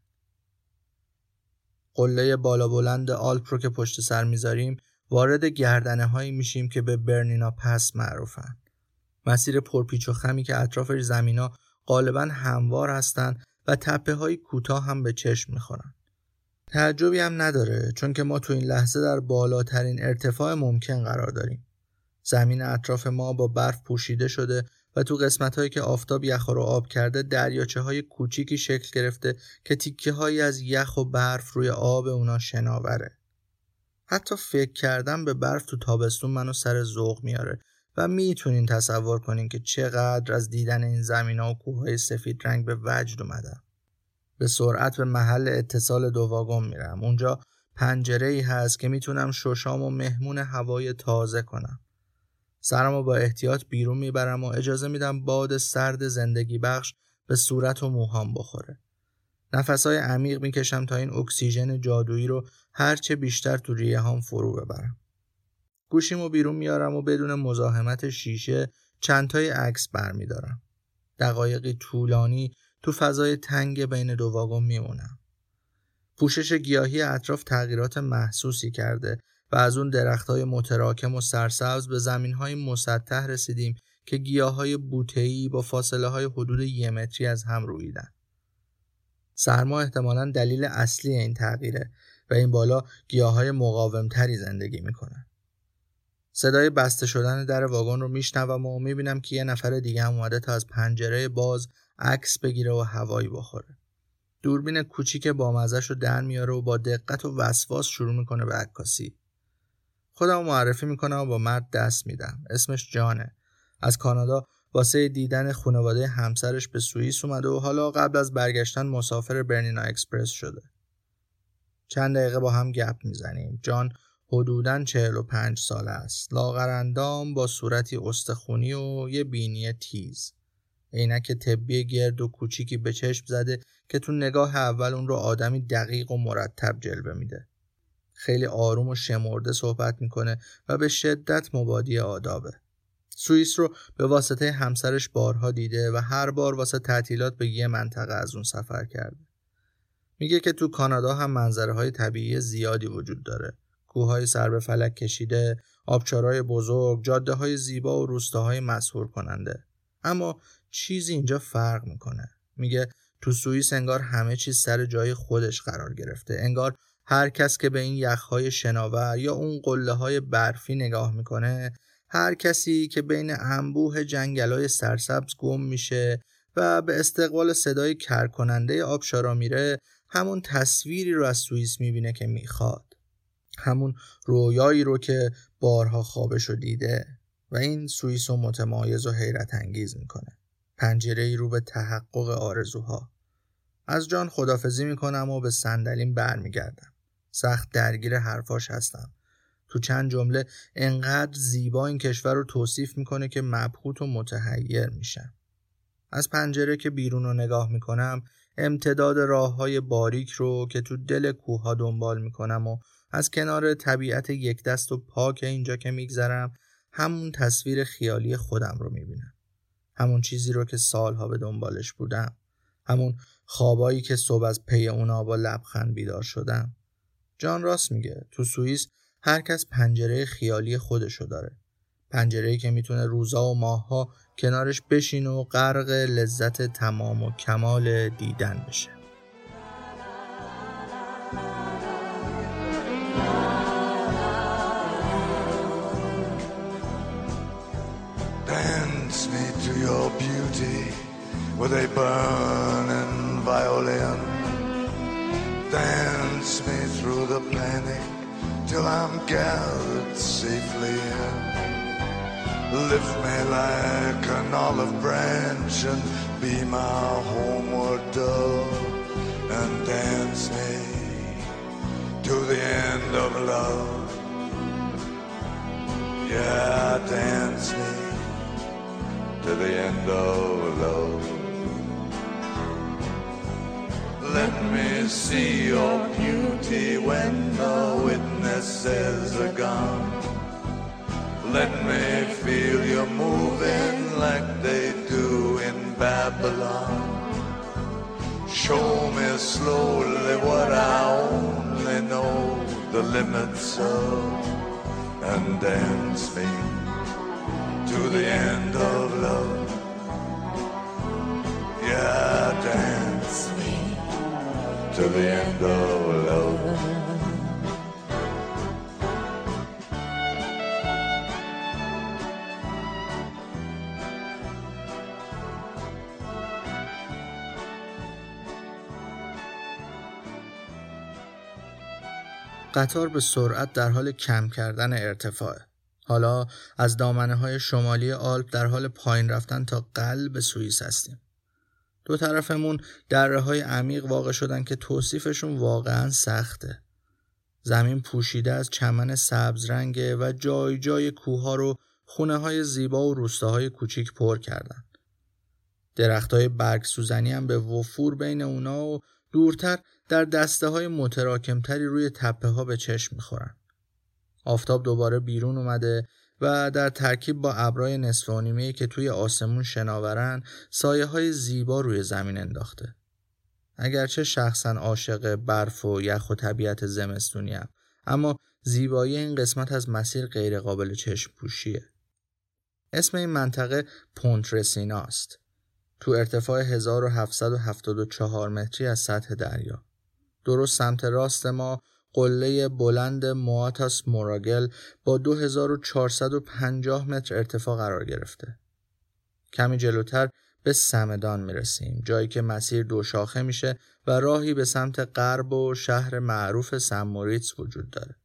Speaker 1: قله بالا بلند آلپ رو که پشت سر میذاریم وارد گردنه هایی میشیم که به برنینا پس معروفن. مسیر پرپیچ و خمی که اطرافش زمینا غالباً هموار هستن و تپه های کوتاه هم به چشم میخورن. تعجبی هم نداره چون که ما تو این لحظه در بالاترین ارتفاع ممکن قرار داریم. زمین اطراف ما با برف پوشیده شده و تو قسمت‌هایی که آفتاب یخ رو آب کرده دریاچه‌های کوچیکی شکل گرفته که تیکه‌هایی از یخ و برف روی آب اونا شناوره. حتی فکر کردن به برف تو تابستون منو سر ذوق میاره و میتونین تصور کنین که چقدر از دیدن این زمینا و کوههای سفید رنگ به وجد اومدم. به سرعت به محل اتصال دو واگن میرم. اونجا پنجره‌ای هست که میتونم ششام و مهمون هوای تازه کنم. سرمو با احتیاط بیرون میبرم و اجازه میدم باد سرد زندگی بخش به صورت و موهام بخوره. نفسای عمیق میکشم تا این اکسیژن جادویی رو هرچه بیشتر تو ریه هام فرو ببرم. گوشیمو بیرون میارم و بدون مزاحمت شیشه چندتای عکس برمیدارم. دقایقی طولانی تو فضای تنگ بین دو واگن میمونم. پوشش گیاهی اطراف تغییرات محسوسی کرده و از اون درختای متراکم و سرسبز به زمینهای مسطح رسیدیم که گیاهای بوته‌ای با فاصله های حدود یک متری از هم رویدن. سرما احتمالاً دلیل اصلی این تغییره و این بالا گیاهای مقاومتری زندگی میکنن. صدای بسته شدن در واگن رو میشنوم و میبینم که یه نفر دیگه هم اومده تا از پنجره باز عکس بگیره و هوایی بخوره. دوربین کوچیک بامزه‌شو در میاره و با دقت و وسواس شروع میکنه به عکاسی. خودمو معرفی میکنم و با مرد دست میدم. اسمش جانه. از کانادا واسه دیدن خانواده همسرش به سوئیس اومده و حالا قبل از برگشتن مسافر برنینا اکسپرس شده. چند دقیقه با هم گپ میزنیم. جان حدوداً چهل و پنج ساله است. لاغر اندام با صورتی استخونی و یه بینی تیز. عینک طبی گرد و کوچیکی به چشم زده که تو نگاه اول اون رو آدمی دقیق و مرتب جلوه میده. خیلی آروم و شمرده صحبت میکنه و به شدت مبادی آدابه. سوئیس رو به واسطه همسرش بارها دیده و هر بار واسه تعطیلات به یه منطقه از اون سفر کرده. میگه که تو کانادا هم منظره‌های طبیعی زیادی وجود داره. کوههای سر به فلک کشیده، آبشارهای بزرگ، جاده‌های زیبا و روستاهای مسحور کننده. اما چیزی اینجا فرق میکنه. میگه تو سوئیس انگار همه چیز سر جای خودش قرار گرفته. انگار هر کس که به این یخهای شناور یا اون قله‌های برفی نگاه میکنه، هر کسی که بین انبوه جنگل‌های سرسبز گم میشه و به استقبال صدای کرکننده آبشارا میره، همون تصویری رو از سوئیس میبینه که میخواد. همون رویایی رو که بارها خوابشو دیده و این سوئیس رو متمایز و حیرت انگیز میکنه. پنجره‌ای رو به تحقق آرزوها. از جان خدافزی میکنم و به صندلیم برمیگردم. سخت درگیر حرفاش هستم. تو چند جمله انقدر زیبا این کشور رو توصیف میکنه که مبهوت و متحیر میشم. از پنجره که بیرون رو نگاه میکنم امتداد راههای باریک رو که تو دل کوهها دنبال میکنم و از کنار طبیعت یک دست و پاک اینجا که میگذرم همون تصویر خیالی خودم رو میبینم. همون چیزی رو که سالها به دنبالش بودم. همون خوابایی که صبح از پی اونا با لبخند بیدار شدم. جان راست میگه. تو سوئیس هر کس پنجره خیالی خودشو داره. پنجره‌ای که میتونه روزا و ماهها کنارش بشین و غرق لذت تمام و کمال دیدن بشه.
Speaker 5: Dance me to your beauty with a burning violin. Dance me through the panic till I'm gathered safely in. Lift me like an olive branch and be my homeward dove, and dance me to the end of love. Yeah, dance me to the end of love. Let me see your beauty when the witnesses are gone. Let me feel you moving like they do in Babylon. Show me slowly what I only know the limits of, and dance me to the end of love. Yeah, dance me to the end of love.
Speaker 1: قطار به سرعت در حال کم کردن ارتفاعه. حالا از دامنه‌های شمالی آلپ در حال پایین رفتن تا قلب سوئیس هستیم. دو طرفمون دره‌های عمیق واقع شدن که توصیفشون واقعاً سخته. زمین پوشیده از چمن سبز رنگه و جای جای کوه‌ها رو خونه‌های زیبا و روستاهای کوچیک پر کردن. درختای برگ سوزنی هم به وفور بین اونا و دورتر در دسته‌های متراکمتری روی تپه‌ها به چشم می‌خورن. آفتاب دوباره بیرون اومده و در ترکیب با ابرهای نصف و نیمه‌ای که توی آسمون شناورن سایه‌های زیبا روی زمین انداخته. اگرچه شخصاً عاشق برف و یخ و طبیعت زمستونیم، اما زیبایی این قسمت از مسیر غیر قابل چشم پوشیه. اسم این منطقه پونت رسینا است. تو ارتفاع هزار و هفتصد و هفتاد و چهار متری از سطح دریا. درست سمت راست ما قله بلند مواتاس موراگل با دو هزار و چهارصد و پنجاه متر ارتفاع قرار گرفته. کمی جلوتر به سمدان میرسیم، جایی که مسیر دو شاخه میشه و راهی به سمت غرب و شهر معروف سن موریتس وجود داره.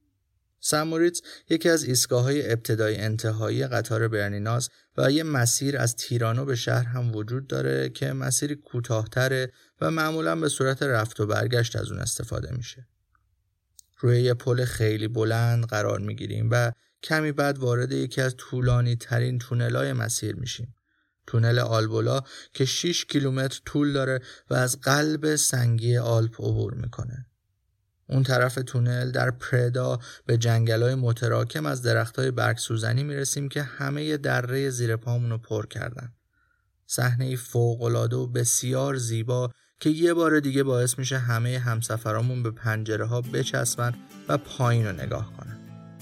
Speaker 1: سن موریتس یکی از ایستگاه‌های ابتدایی انتهایی قطار برنیناست و یه مسیر از تیرانو به شهر هم وجود داره که مسیری کوتاه‌تره و معمولاً به صورت رفت و برگشت از اون استفاده میشه. روی یه پل خیلی بلند قرار میگیریم و کمی بعد وارد یکی از طولانی ترین تونل‌های مسیر میشیم. تونل آلبولا که شش کیلومتر طول داره و از قلب سنگی آلپ عبور میکنه. اون طرف تونل در پردا به جنگل‌های متراکم از درخت‌های برگ سوزنی میرسیم که همه دره زیر پامونو پر کردن. صحنه‌ای فوق‌العاده و بسیار زیبا که یه بار دیگه باعث میشه همه همسفرامون به پنجره‌ها بچسبن و پایین رو نگاه کنن.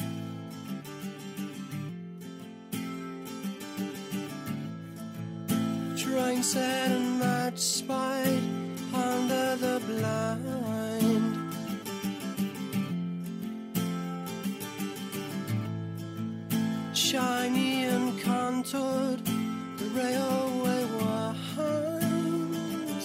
Speaker 3: Train set and match spied under the blind. Shiny and contoured, the railway winds.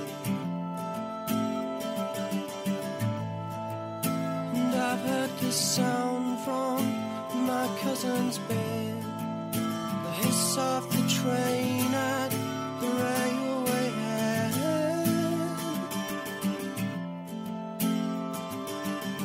Speaker 3: And I've heard the sound from my cousin's bed, the hiss of the train at the railway head.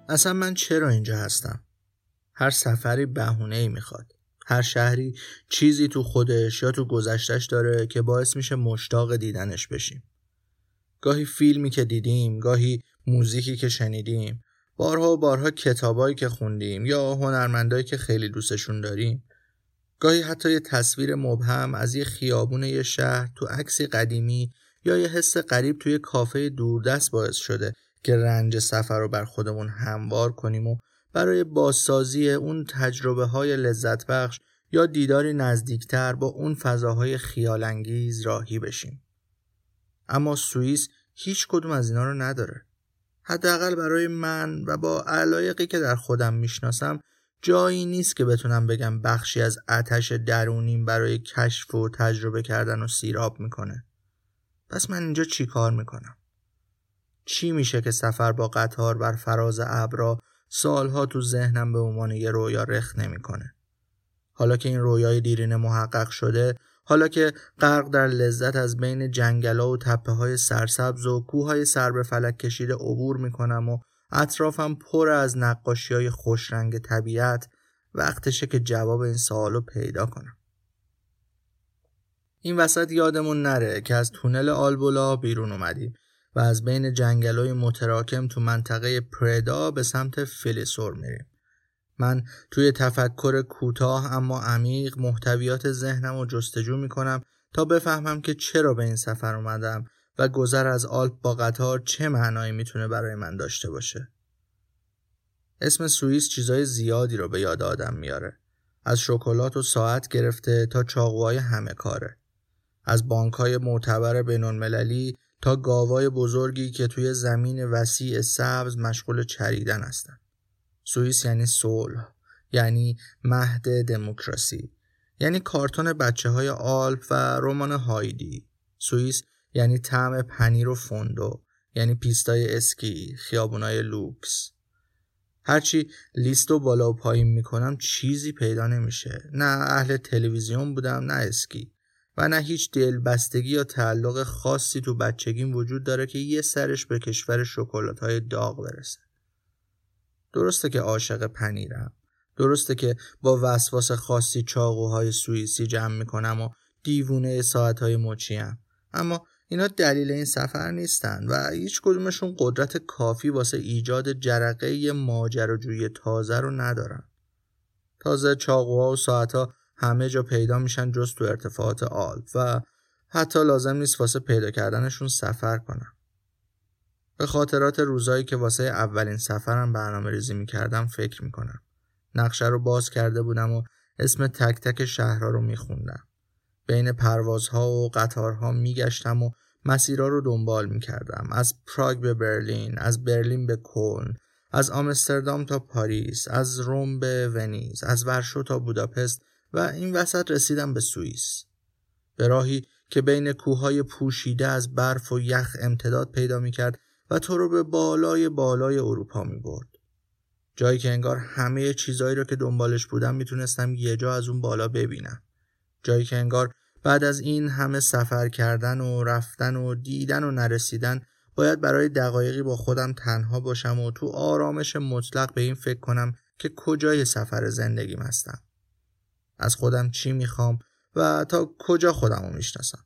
Speaker 1: اصلا من چرا اینجا هستم؟ هر سفری بهونه‌ای میخواد. هر شهری چیزی تو خودش یا تو گذشتش داره که باعث میشه مشتاق دیدنش بشیم. گاهی فیلمی که دیدیم، گاهی موزیکی که شنیدیم، بارها و بارها کتابایی که خوندیم یا هنرمندایی که خیلی دوستشون داریم. گاهی حتی یه تصویر مبهم از یه خیابون یه شهر تو عکسی قدیمی یا یه حس غریب توی کافه دوردست باعث شده که رنج سفر رو بر خودمون هموار کنیم و برای بازسازی اون تجربه های لذت بخش یا دیداری نزدیکتر با اون فضاهای خیالانگیز راهی بشیم. اما سوئیس هیچ کدوم از اینا رو نداره. حداقل برای من و با علایقی که در خودم میشناسم جایی نیست که بتونم بگم بخشی از آتش درونیم برای کشف و تجربه کردن و سیراب میکنه. پس من اینجا چی کار میکنم؟ چی میشه که سفر با قطار بر فراز ابرا سالها تو ذهنم به عنوان یه رویا رخ نمیکنه؟ حالا که این رویای دیرینه محقق شده، حالا که غرق در لذت از بین جنگلا و تپه‌های سرسبز و کوههای سر به فلک کشیده عبور میکنم و اطرافم پر از نقاشی‌های خوش رنگ طبیعت، وقتشه که جواب این سوالو پیدا کنم. این وسط یادمون نره که از تونل آلبولا بیرون اومدیم و از بین جنگل‌های متراکم تو منطقه پردا به سمت فیلیسور میریم. من توی تفکر کوتاه اما عمیق محتویات ذهنم رو جستجو میکنم تا بفهمم که چرا به این سفر اومدم و گذر از آلپ با قطار چه معنایی میتونه برای من داشته باشه. اسم سوئیس چیزای زیادی رو به یاد آدم میاره. از شکلات و ساعت گرفته تا چاقوهای همه کاره. از بانک‌های معتبر بین‌المللی تا گاوای بزرگی که توی زمین وسیع سبز مشغول چریدن هستن. سوئیس یعنی صلح، یعنی مهد دموکراسی، یعنی کارتون بچه های آلپ و رمان هایدی. سوئیس یعنی طعم پنیر و فوندو، یعنی پیستای اسکی، خیابونای لوکس. هرچی لیستو بالا و پایین میکنم چیزی پیدا نمیشه. نه اهل تلویزیون بودم، نه اسکی، و نه هیچ دلبستگی یا تعلق خاصی تو بچگیم وجود داره که یه سرش به کشور شکلات‌های داغ برسه. درسته که عاشق پنیرم، درسته که با وسواس خاصی چاقوهای سوئیسی جمع میکنم و دیوونه ساعتهای مچیم، اما اینا دلیل این سفر نیستن و هیچ کدومشون قدرت کافی واسه ایجاد جرقه یه ماجراجویی تازه رو ندارن. تازه چاقوها و ساعتها همه جا پیدا میشن جز تو ارتفاعات آلپ و حتی لازم نیست واسه پیدا کردنشون سفر کنم. به خاطرات روزایی که واسه اولین سفرم برنامه ریزی میکردم فکر میکنم. نقشه رو باز کرده بودم و اسم تک تک شهرها رو میخوندم. بین پروازها و قطارها میگشتم و مسیرها رو دنبال میکردم. از پراگ به برلین، از برلین به کلن، از آمستردام تا پاریس، از روم به ونیز، از ورشو تا بوداپست و این وسط رسیدم به سوئیس. به راهی که بین کوههای پوشیده از برف و یخ امتداد پیدا میکرد و تو رو به بالای بالای اروپا می برد. جایی که انگار همه چیزایی رو که دنبالش بودم میتونستم یه جا از اون بالا ببینم. جایی که انگار بعد از این همه سفر کردن و رفتن و دیدن و نرسیدن باید برای دقایقی با خودم تنها باشم و تو آرامش مطلق به این فکر کنم که کجای سفر زندگیم هستم. از خودم چی میخوام و تا کجا خودم رو میشناسم.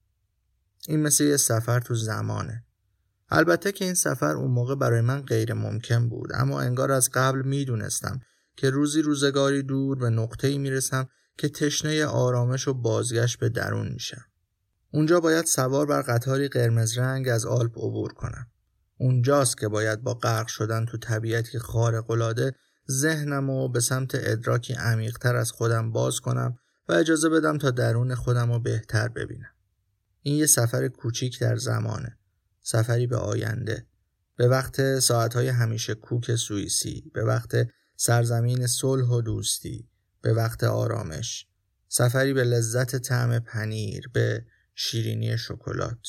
Speaker 1: این مثل یه سفر تو زمانه. البته که این سفر اون موقع برای من غیر ممکن بود، اما انگار از قبل میدونستم که روزی روزگاری دور به نقطه‌ای میرسم که تشنه آرامش و بازگشت به درون میشم. اونجا باید سوار بر قطاری قرمز رنگ از آلپ عبور کنم. اونجاست که باید با غرق شدن تو طبیعتی خارق‌العاده ذهنمو به سمت ادراکی عمیق‌تر از خودم باز کنم و اجازه بدم تا درون خودم رو بهتر ببینم. این یه سفر کوچیک در زمانه. سفری به آینده، به وقت ساعتهای همیشه کوک سوئیسی، به وقت سرزمین صلح و دوستی، به وقت آرامش، سفری به لذت طعم پنیر، به شیرینی شکلات.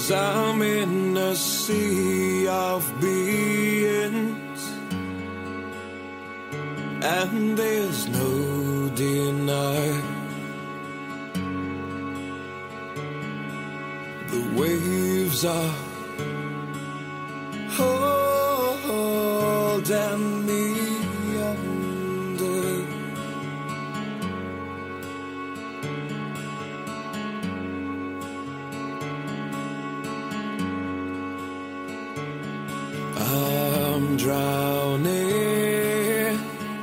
Speaker 6: 'Cause I'm in a sea of beings, and there's no denying the waves are holding me under. I'm drowning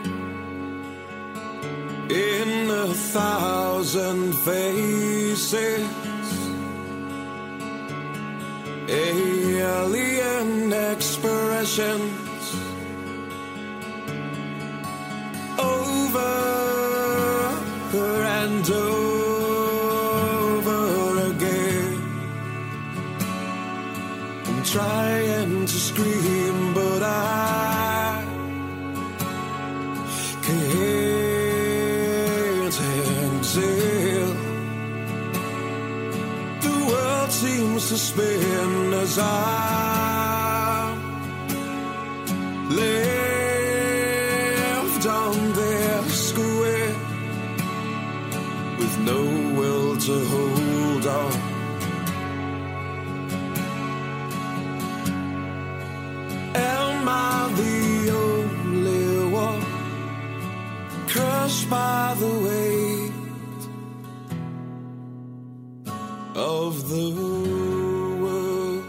Speaker 6: in a thousand faces, alien expressions over and over again. I'm trying to scream, but I can't exhale. The world seems to spin as I'm left on this square with no will to hold on. Am I the only one crushed by the weight of the world?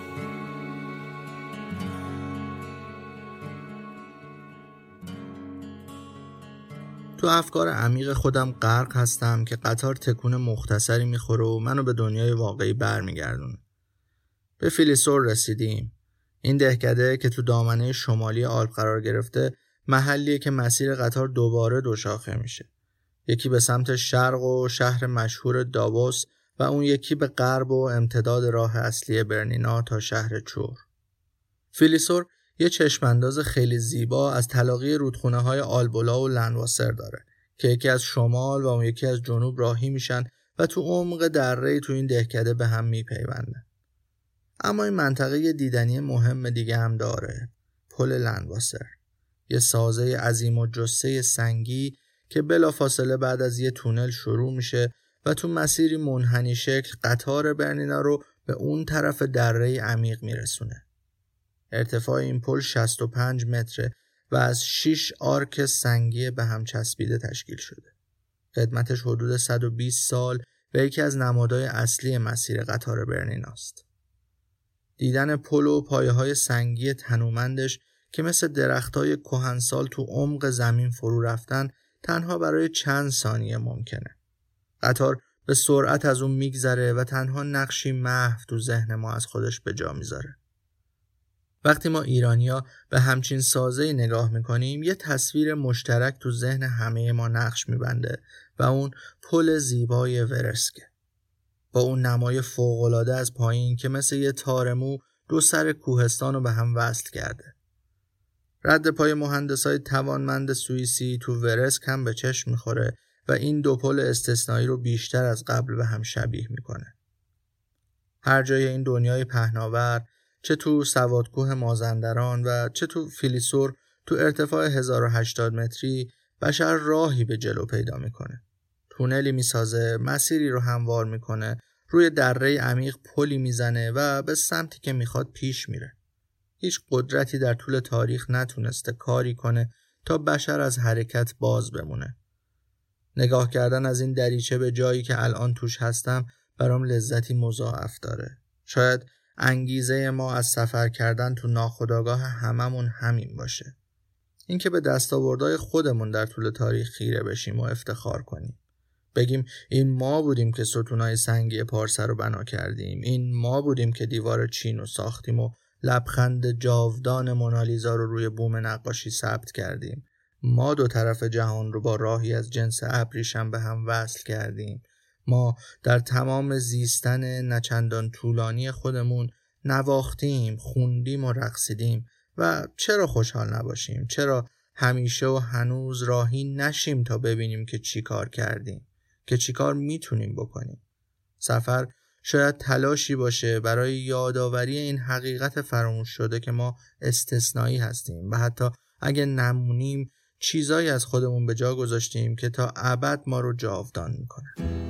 Speaker 1: تو افکار عمیق خودم غرق هستم که قطار تکون مختصری میخوره و منو به دنیای واقعی برمیگردونه. به فیلیسور رسیدیم. این دهکده که تو دامنه شمالی آلپ قرار گرفته محلیه که مسیر قطار دوباره دو شاخه میشه. یکی به سمت شرق و شهر مشهور داووس و اون یکی به غرب و امتداد راه اصلی برنینا تا شهر چور. فیلیسور یه چشمانداز خیلی زیبا از تلاقی رودخونه‌های آلبولا و لنواسر داره که یکی از شمال و اون یکی از جنوب راهی میشن و تو عمق دره‌ای تو این دهکده به هم میپیوندن. اما این منطقه یه دیدنی مهم دیگه هم داره. پل لنواسر، یه سازه عظیم و جثه سنگی که بلافاصله بعد از یه تونل شروع میشه و تو مسیری منحنی شکل قطار برنینا رو به اون طرف دره عمیق میرسونه. ارتفاع این پل شصت و پنج متره و از شش آرک سنگی به هم چسبیده تشکیل شده. قدمتش حدود صد و بیست سال و یکی از نمادهای اصلی مسیر قطار برنیناست. دیدن پل و پایه‌های سنگی تنومندش که مثل درختای کهنسال تو عمق زمین فرو رفتن تنها برای چند ثانیه ممکنه. قطار به سرعت از اون میگذره و تنها نقشی محو تو ذهن ما از خودش به جا میذاره. وقتی ما ایرانیا به همچین سازه‌ای نگاه میکنیم یه تصویر مشترک تو ذهن همه ما نقش میبنده و اون پل زیبای ورسکه. با اون نمای فوق‌العاده از پایین که مثل یه تارمو دو سر کوهستان رو به هم وصل کرده. رد پای مهندسای توانمند سوئیسی تو ورسک هم به چشم میخوره و این دو پل استثنایی رو بیشتر از قبل به هم شبیه میکنه. هر جای این دنیای پهناور، چه تو سوادکوه مازندران و چه تو فیلیسور، تو ارتفاع هزار و هشتاد متری بشر راهی به جلو پیدا میکنه. تونلی میسازه، مسیری رو هموار میکنه، روی دره عمیق پلی میزنه و به سمتی که میخواد پیش میره. هیچ قدرتی در طول تاریخ نتونسته کاری کنه تا بشر از حرکت باز بمونه. نگاه کردن از این دریچه به جایی که الان توش هستم برام لذتی مضاعف داره. شاید انگیزه ما از سفر کردن تو ناخودآگاه هممون همین باشه. اینکه به دستاوردهای خودمون در طول تاریخ خیره بشیم و افتخار کنیم. بگیم این ما بودیم که ستونای سنگی پارسه رو بنا کردیم. این ما بودیم که دیوار چین رو ساختیم و لبخند جاودان مونالیزا رو روی بوم نقاشی ثبت کردیم. ما دو طرف جهان رو با راهی از جنس ابریشم به هم وصل کردیم. ما در تمام زیستن نچندان طولانی خودمون نواختیم، خوندیم و رقصیدیم و چرا خوشحال نباشیم؟ چرا همیشه و هنوز راهی نشیم تا ببینیم که چی کار کردیم؟ که چی کار میتونیم بکنیم؟ سفر شاید تلاشی باشه برای یادآوری این حقیقت فراموش شده که ما استثنایی هستیم و حتی اگه نمونیم چیزایی از خودمون به جا گذاشتیم که تا ابد ما رو جاودان میکنه.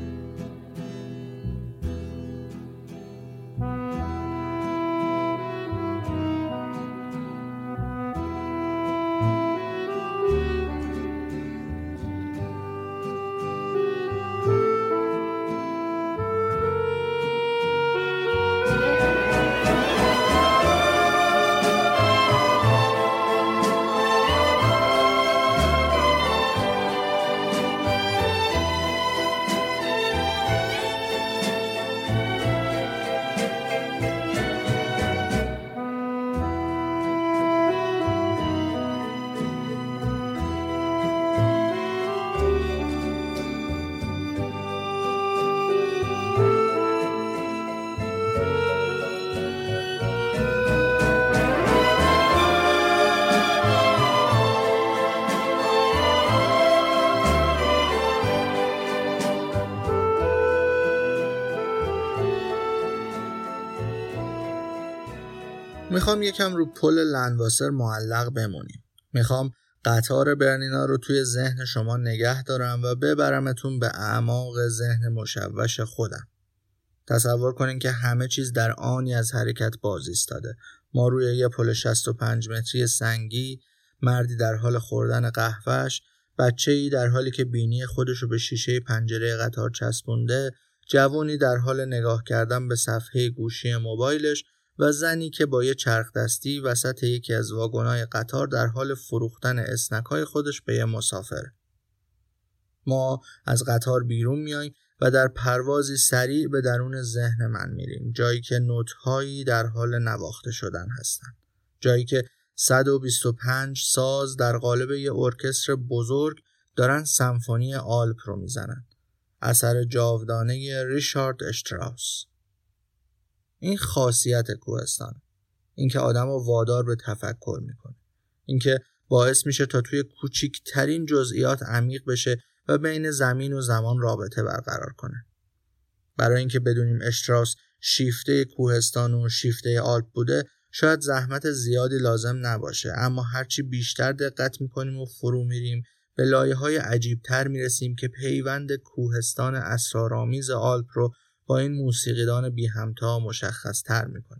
Speaker 1: میخوام یکم رو پل لندواسر معلق بمونیم. میخوام قطار برنینا رو توی ذهن شما نگه دارم و ببرمتون به اعماق ذهن مشوش خودم. تصور کنین که همه چیز در آنی از حرکت باز ایستاده. ما روی یه پل شصت و پنج متری سنگی، مردی در حال خوردن قهوه‌اش، بچه‌ای در حالی که بینی خودشو به شیشه پنجره قطار چسبونده، جوانی در حال نگاه کردن به صفحه گوشی موبایلش و زنی که با یه چرخ دستی وسط یکی از واگن‌های قطار در حال فروختن اسنک‌های خودش به یه مسافر. ما از قطار بیرون میایم و در پروازی سریع به درون ذهن من میریم، جایی که نوت‌هایی در حال نواخته شدن هستند، جایی که صد و بیست و پنج ساز در قالب یه ارکستر بزرگ دارن سمفونی آلپ رو میزنن، اثر جاودانه ریچارد اشتراوس. این خاصیت کوهستان، اینکه آدمو وادار به تفکر میکنه، اینکه باعث میشه تا توی کوچکترین جزئیات عمیق بشه و بین زمین و زمان رابطه برقرار کنه. برای اینکه بدونیم اشتراوس شیفته کوهستان و شیفته آلپ بوده شاید زحمت زیادی لازم نباشه، اما هرچی بیشتر دقت میکنیم و فرو میریم به لایه‌های عجیب‌تر میرسیم که پیوند کوهستان اسرارآمیز آلپ رو با این موسیقیدان بی همتا مشخص تر میکنه.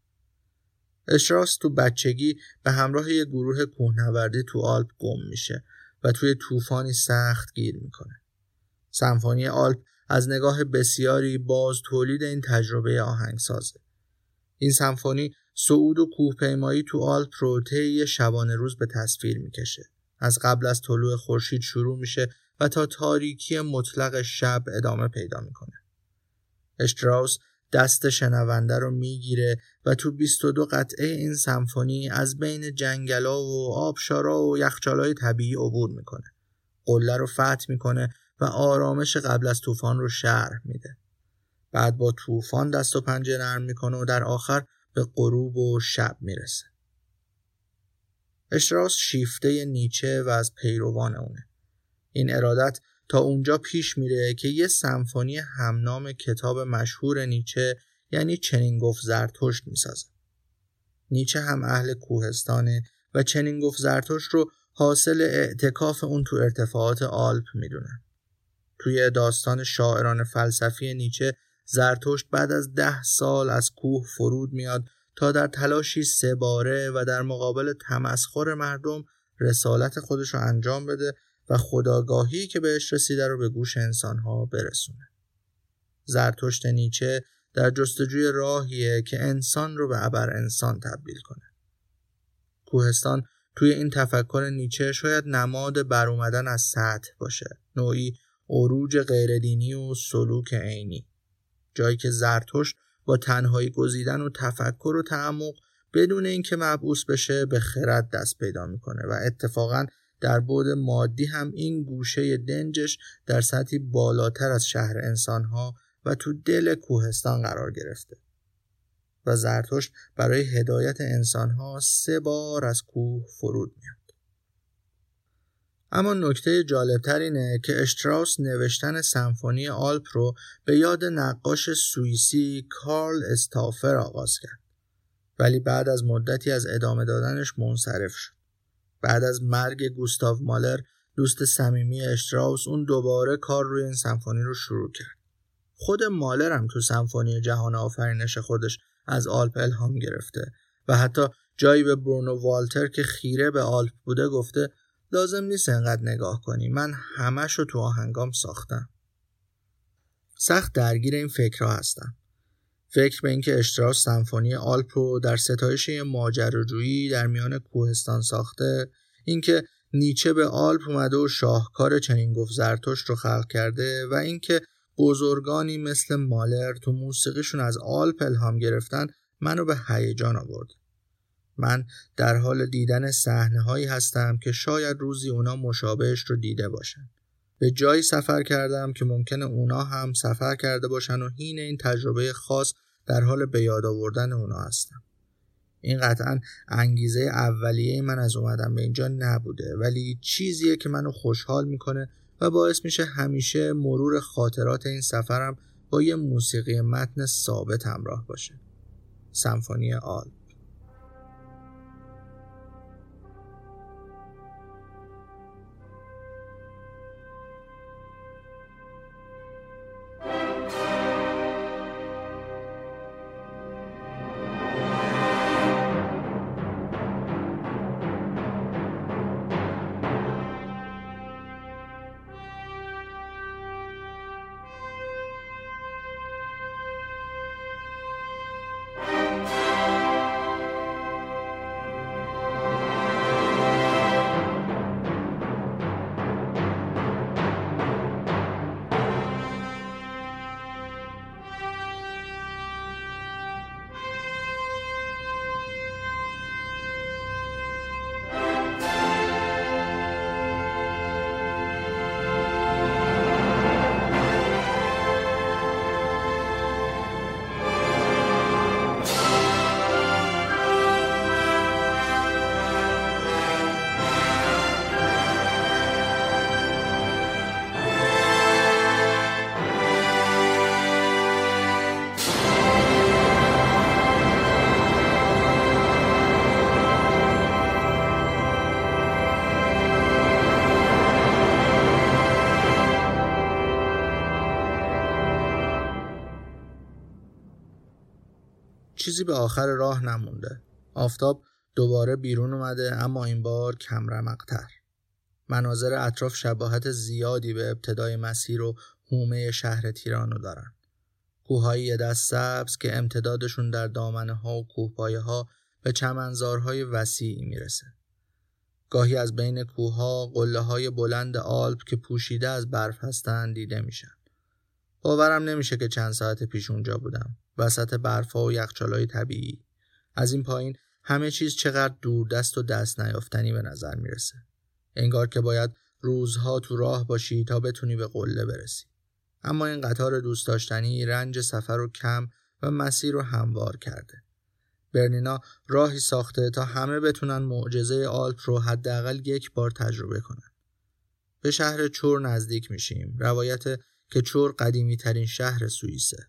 Speaker 1: اشتراوس تو بچگی به همراه یه گروه کوهنوردی تو آلپ گم میشه و توی طوفانی سخت گیر میکنه. سمفونی آلپ از نگاه بسیاری باز تولید این تجربه آهنگسازه. این سمفونی صعود و کوهپیمایی تو آلپ رو طی شبانه روز به تصویر میکشه. از قبل از طلوع خورشید شروع میشه و تا تاریکی مطلق شب ادامه پیدا میکنه. اشتراوس دست شنونده رو میگیره و تو بیست و دو قطعه این سمفونی از بین جنگلا و آبشارا و یخچالای طبیعی عبور میکنه. قله رو فتح میکنه و آرامش قبل از طوفان رو شرح میده. بعد با طوفان دست و پنجه نرم میکنه و در آخر به غروب و شب میرسه. اشتراوس شیفته نیچه و از پیروان اونه. این ارادت تا اونجا پیش میره که یه سمفونی همنام کتاب مشهور نیچه یعنی چنین گفت زرتشت میسازه. نیچه هم اهل کوهستانه و چنین گفت زرتشت رو حاصل اعتکاف اون تو ارتفاعات آلپ میدونه. توی داستان شاعران فلسفی نیچه زرتشت بعد از ده سال از کوه فرود میاد تا در تلاشی سه باره و در مقابل تمسخر مردم رسالت خودش رو انجام بده و خودآگاهی که بهش رسیده رو به گوش انسان‌ها برسونه. زرتشت نیچه در جستجوی راهیه که انسان رو به ابر انسان تبدیل کنه. کوهستان توی این تفکر نیچه شاید نماد برومدن از سطح باشه، نوعی عروج غیردینی و سلوک عینی، جایی که زرتشت با تنهایی گزیدن و تفکر و تعمق بدون اینکه مبعوث بشه به خرد دست پیدا میکنه و اتفاقاً در بعد مادی هم این گوشه دنجش در سطحی بالاتر از شهر انسانها و تو دل کوهستان قرار گرفته و زرتشت برای هدایت انسانها سه بار از کوه فرود میاد. اما نکته جالبتر اینه که اشتراوس نوشتن سمفونی آلپ رو به یاد نقاش سوئیسی کارل استافر آغاز کرد، ولی بعد از مدتی از ادامه دادنش منصرف شد. بعد از مرگ گوستاو مالر دوست صمیمی اشتراوس اون دوباره کار روی این سمفونی رو شروع کرد. خود مالر هم تو سمفونی جهان آفرینش خودش از آلپ الهام گرفته و حتی جایی به برونو والتر که خیره به آلپ بوده گفته لازم نیست انقدر نگاه کنی، من همه‌شو تو آهنگام ساختم. سخت درگیر این فکرها هستم. فکر به این که اشتراوس سمفونی آلپ رو در ستایش یه ماجراجویی در میان کوهستان ساخته، اینکه نیچه به آلپ اومده و شاهکار چنین گفت زرتشت رو خلق کرده و اینکه بزرگانی مثل مالر تو موسیقیشون از آلپ الهام گرفتن منو به هیجان آورد. من در حال دیدن صحنه‌هایی هستم که شاید روزی اونا مشابهش رو دیده باشن. به جایی سفر کردم که ممکنه اونا هم سفر کرده باشن و حین این تجربه خاص در حال به یاد آوردن اونا هستم. این قطعاً انگیزه اولیه من از اومدن به اینجا نبوده، ولی چیزیه که منو خوشحال میکنه و باعث میشه همیشه مرور خاطرات این سفرم با یه موسیقی متن ثابت همراه باشه. سمفونی آلپ. چیزی به آخر راه نمونده. آفتاب دوباره بیرون اومده، اما این بار کم رمق‌تر. مناظر اطراف شباهت زیادی به ابتدای مسیر و حومه شهر تیرانو دارن. کوه‌های یه دست سبز که امتدادشون در دامنه‌ها و کوهپایه‌ها به چمنزارهای وسیعی میرسه. گاهی از بین کوه‌ها قله‌های بلند آلپ که پوشیده از برف هستن دیده میشن. باورم نمیشه که چند ساعت پیش اونجا بودم، وسط برف‌ها و یخچال‌های طبیعی. از این پایین همه چیز چقدر دوردست و دست نیافتنی به نظر میرسه. انگار که باید روزها تو راه باشی تا بتونی به قله برسی. اما این قطار دوست داشتنی رنج سفر رو کم و مسیر رو هموار کرده. برنینا راهی ساخته تا همه بتونن معجزه آلپ رو حداقل یک بار تجربه کنن. به شهر چور نزدیک میشیم. روایت که چور قدیمی ترین شهر سوئیسه.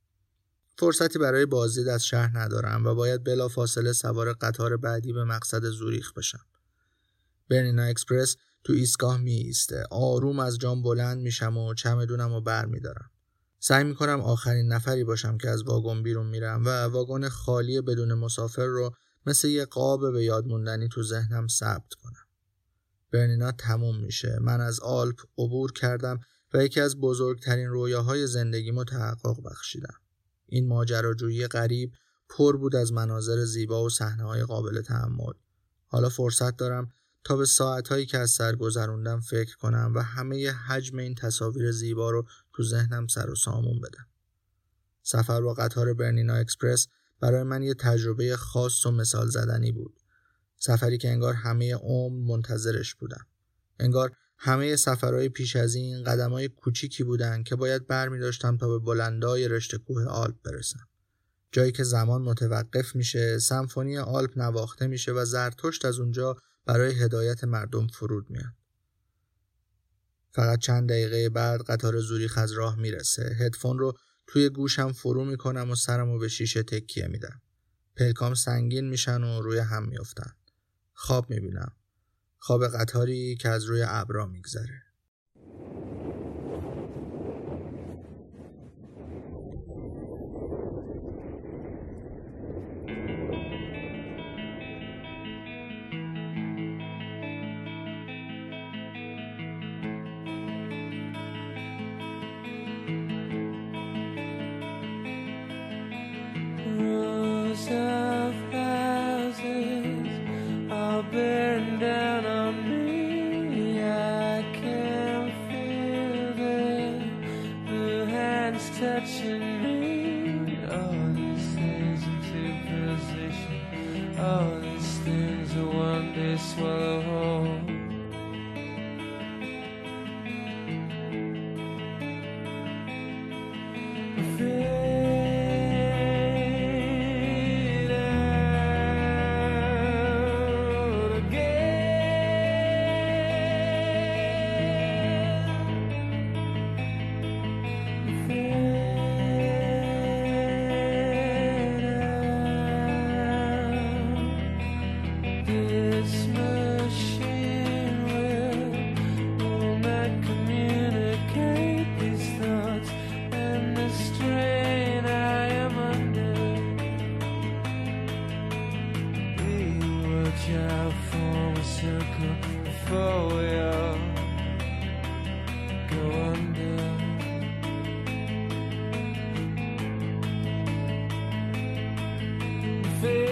Speaker 1: فرصتی برای بازدید از شهر ندارم و باید بلا فاصله سوار قطار بعدی به مقصد زوریخ بشم. برنینا اکسپرس تو ایستگاه می ایسته. آروم از جام بلند میشم و چمدونم رو بر میدارم. سعی میکنم آخرین نفری باشم که از واگن بیرون میرم و واگن خالی بدون مسافر رو مثل یه قاب به یاد موندنی تو ذهنم ثبت کنم. برنینا تموم میشه. من از آلپ عبور کردم و یکی از بزرگترین رویاهای زندگیمو تحقق بخشیدم. این ماجراجویی غریب پر بود از مناظر زیبا و صحنه‌های قابل تأمل. حالا فرصت دارم تا به ساعت‌هایی که از سر گذروندم فکر کنم و همه حجم این تصاویر زیبا رو تو ذهنم سر و سامون بدم. سفر با قطار برنینا اکسپرس برای من یه تجربه خاص و مثال زدنی بود. سفری که انگار همه عمر منتظرش بودم. انگار همه سفرهای پیش از این قدم‌های کوچیکی بودن که باید برمی داشتم تا به بلندای رشته کوه آلپ برسم. جایی که زمان متوقف میشه، سمفونی آلپ نواخته میشه و زرتشت از اونجا برای هدایت مردم فرود میاد. فقط چند دقیقه بعد قطار زوریخ از راه میرسه. هدفون رو توی گوشم فرو میکنم و سرمو به شیشه تکیه میدم. پلکام سنگین میشن و روی هم میافتن. خواب میبینم. خواب قطاری که از روی ابرا میگذره.
Speaker 7: Touching me, all these things into position, all these things will one day swallow whole. Fade out again. Fade This machine will, will not communicate these thoughts and the strain I am under. Please watch out, form a circle before we all go under. Fade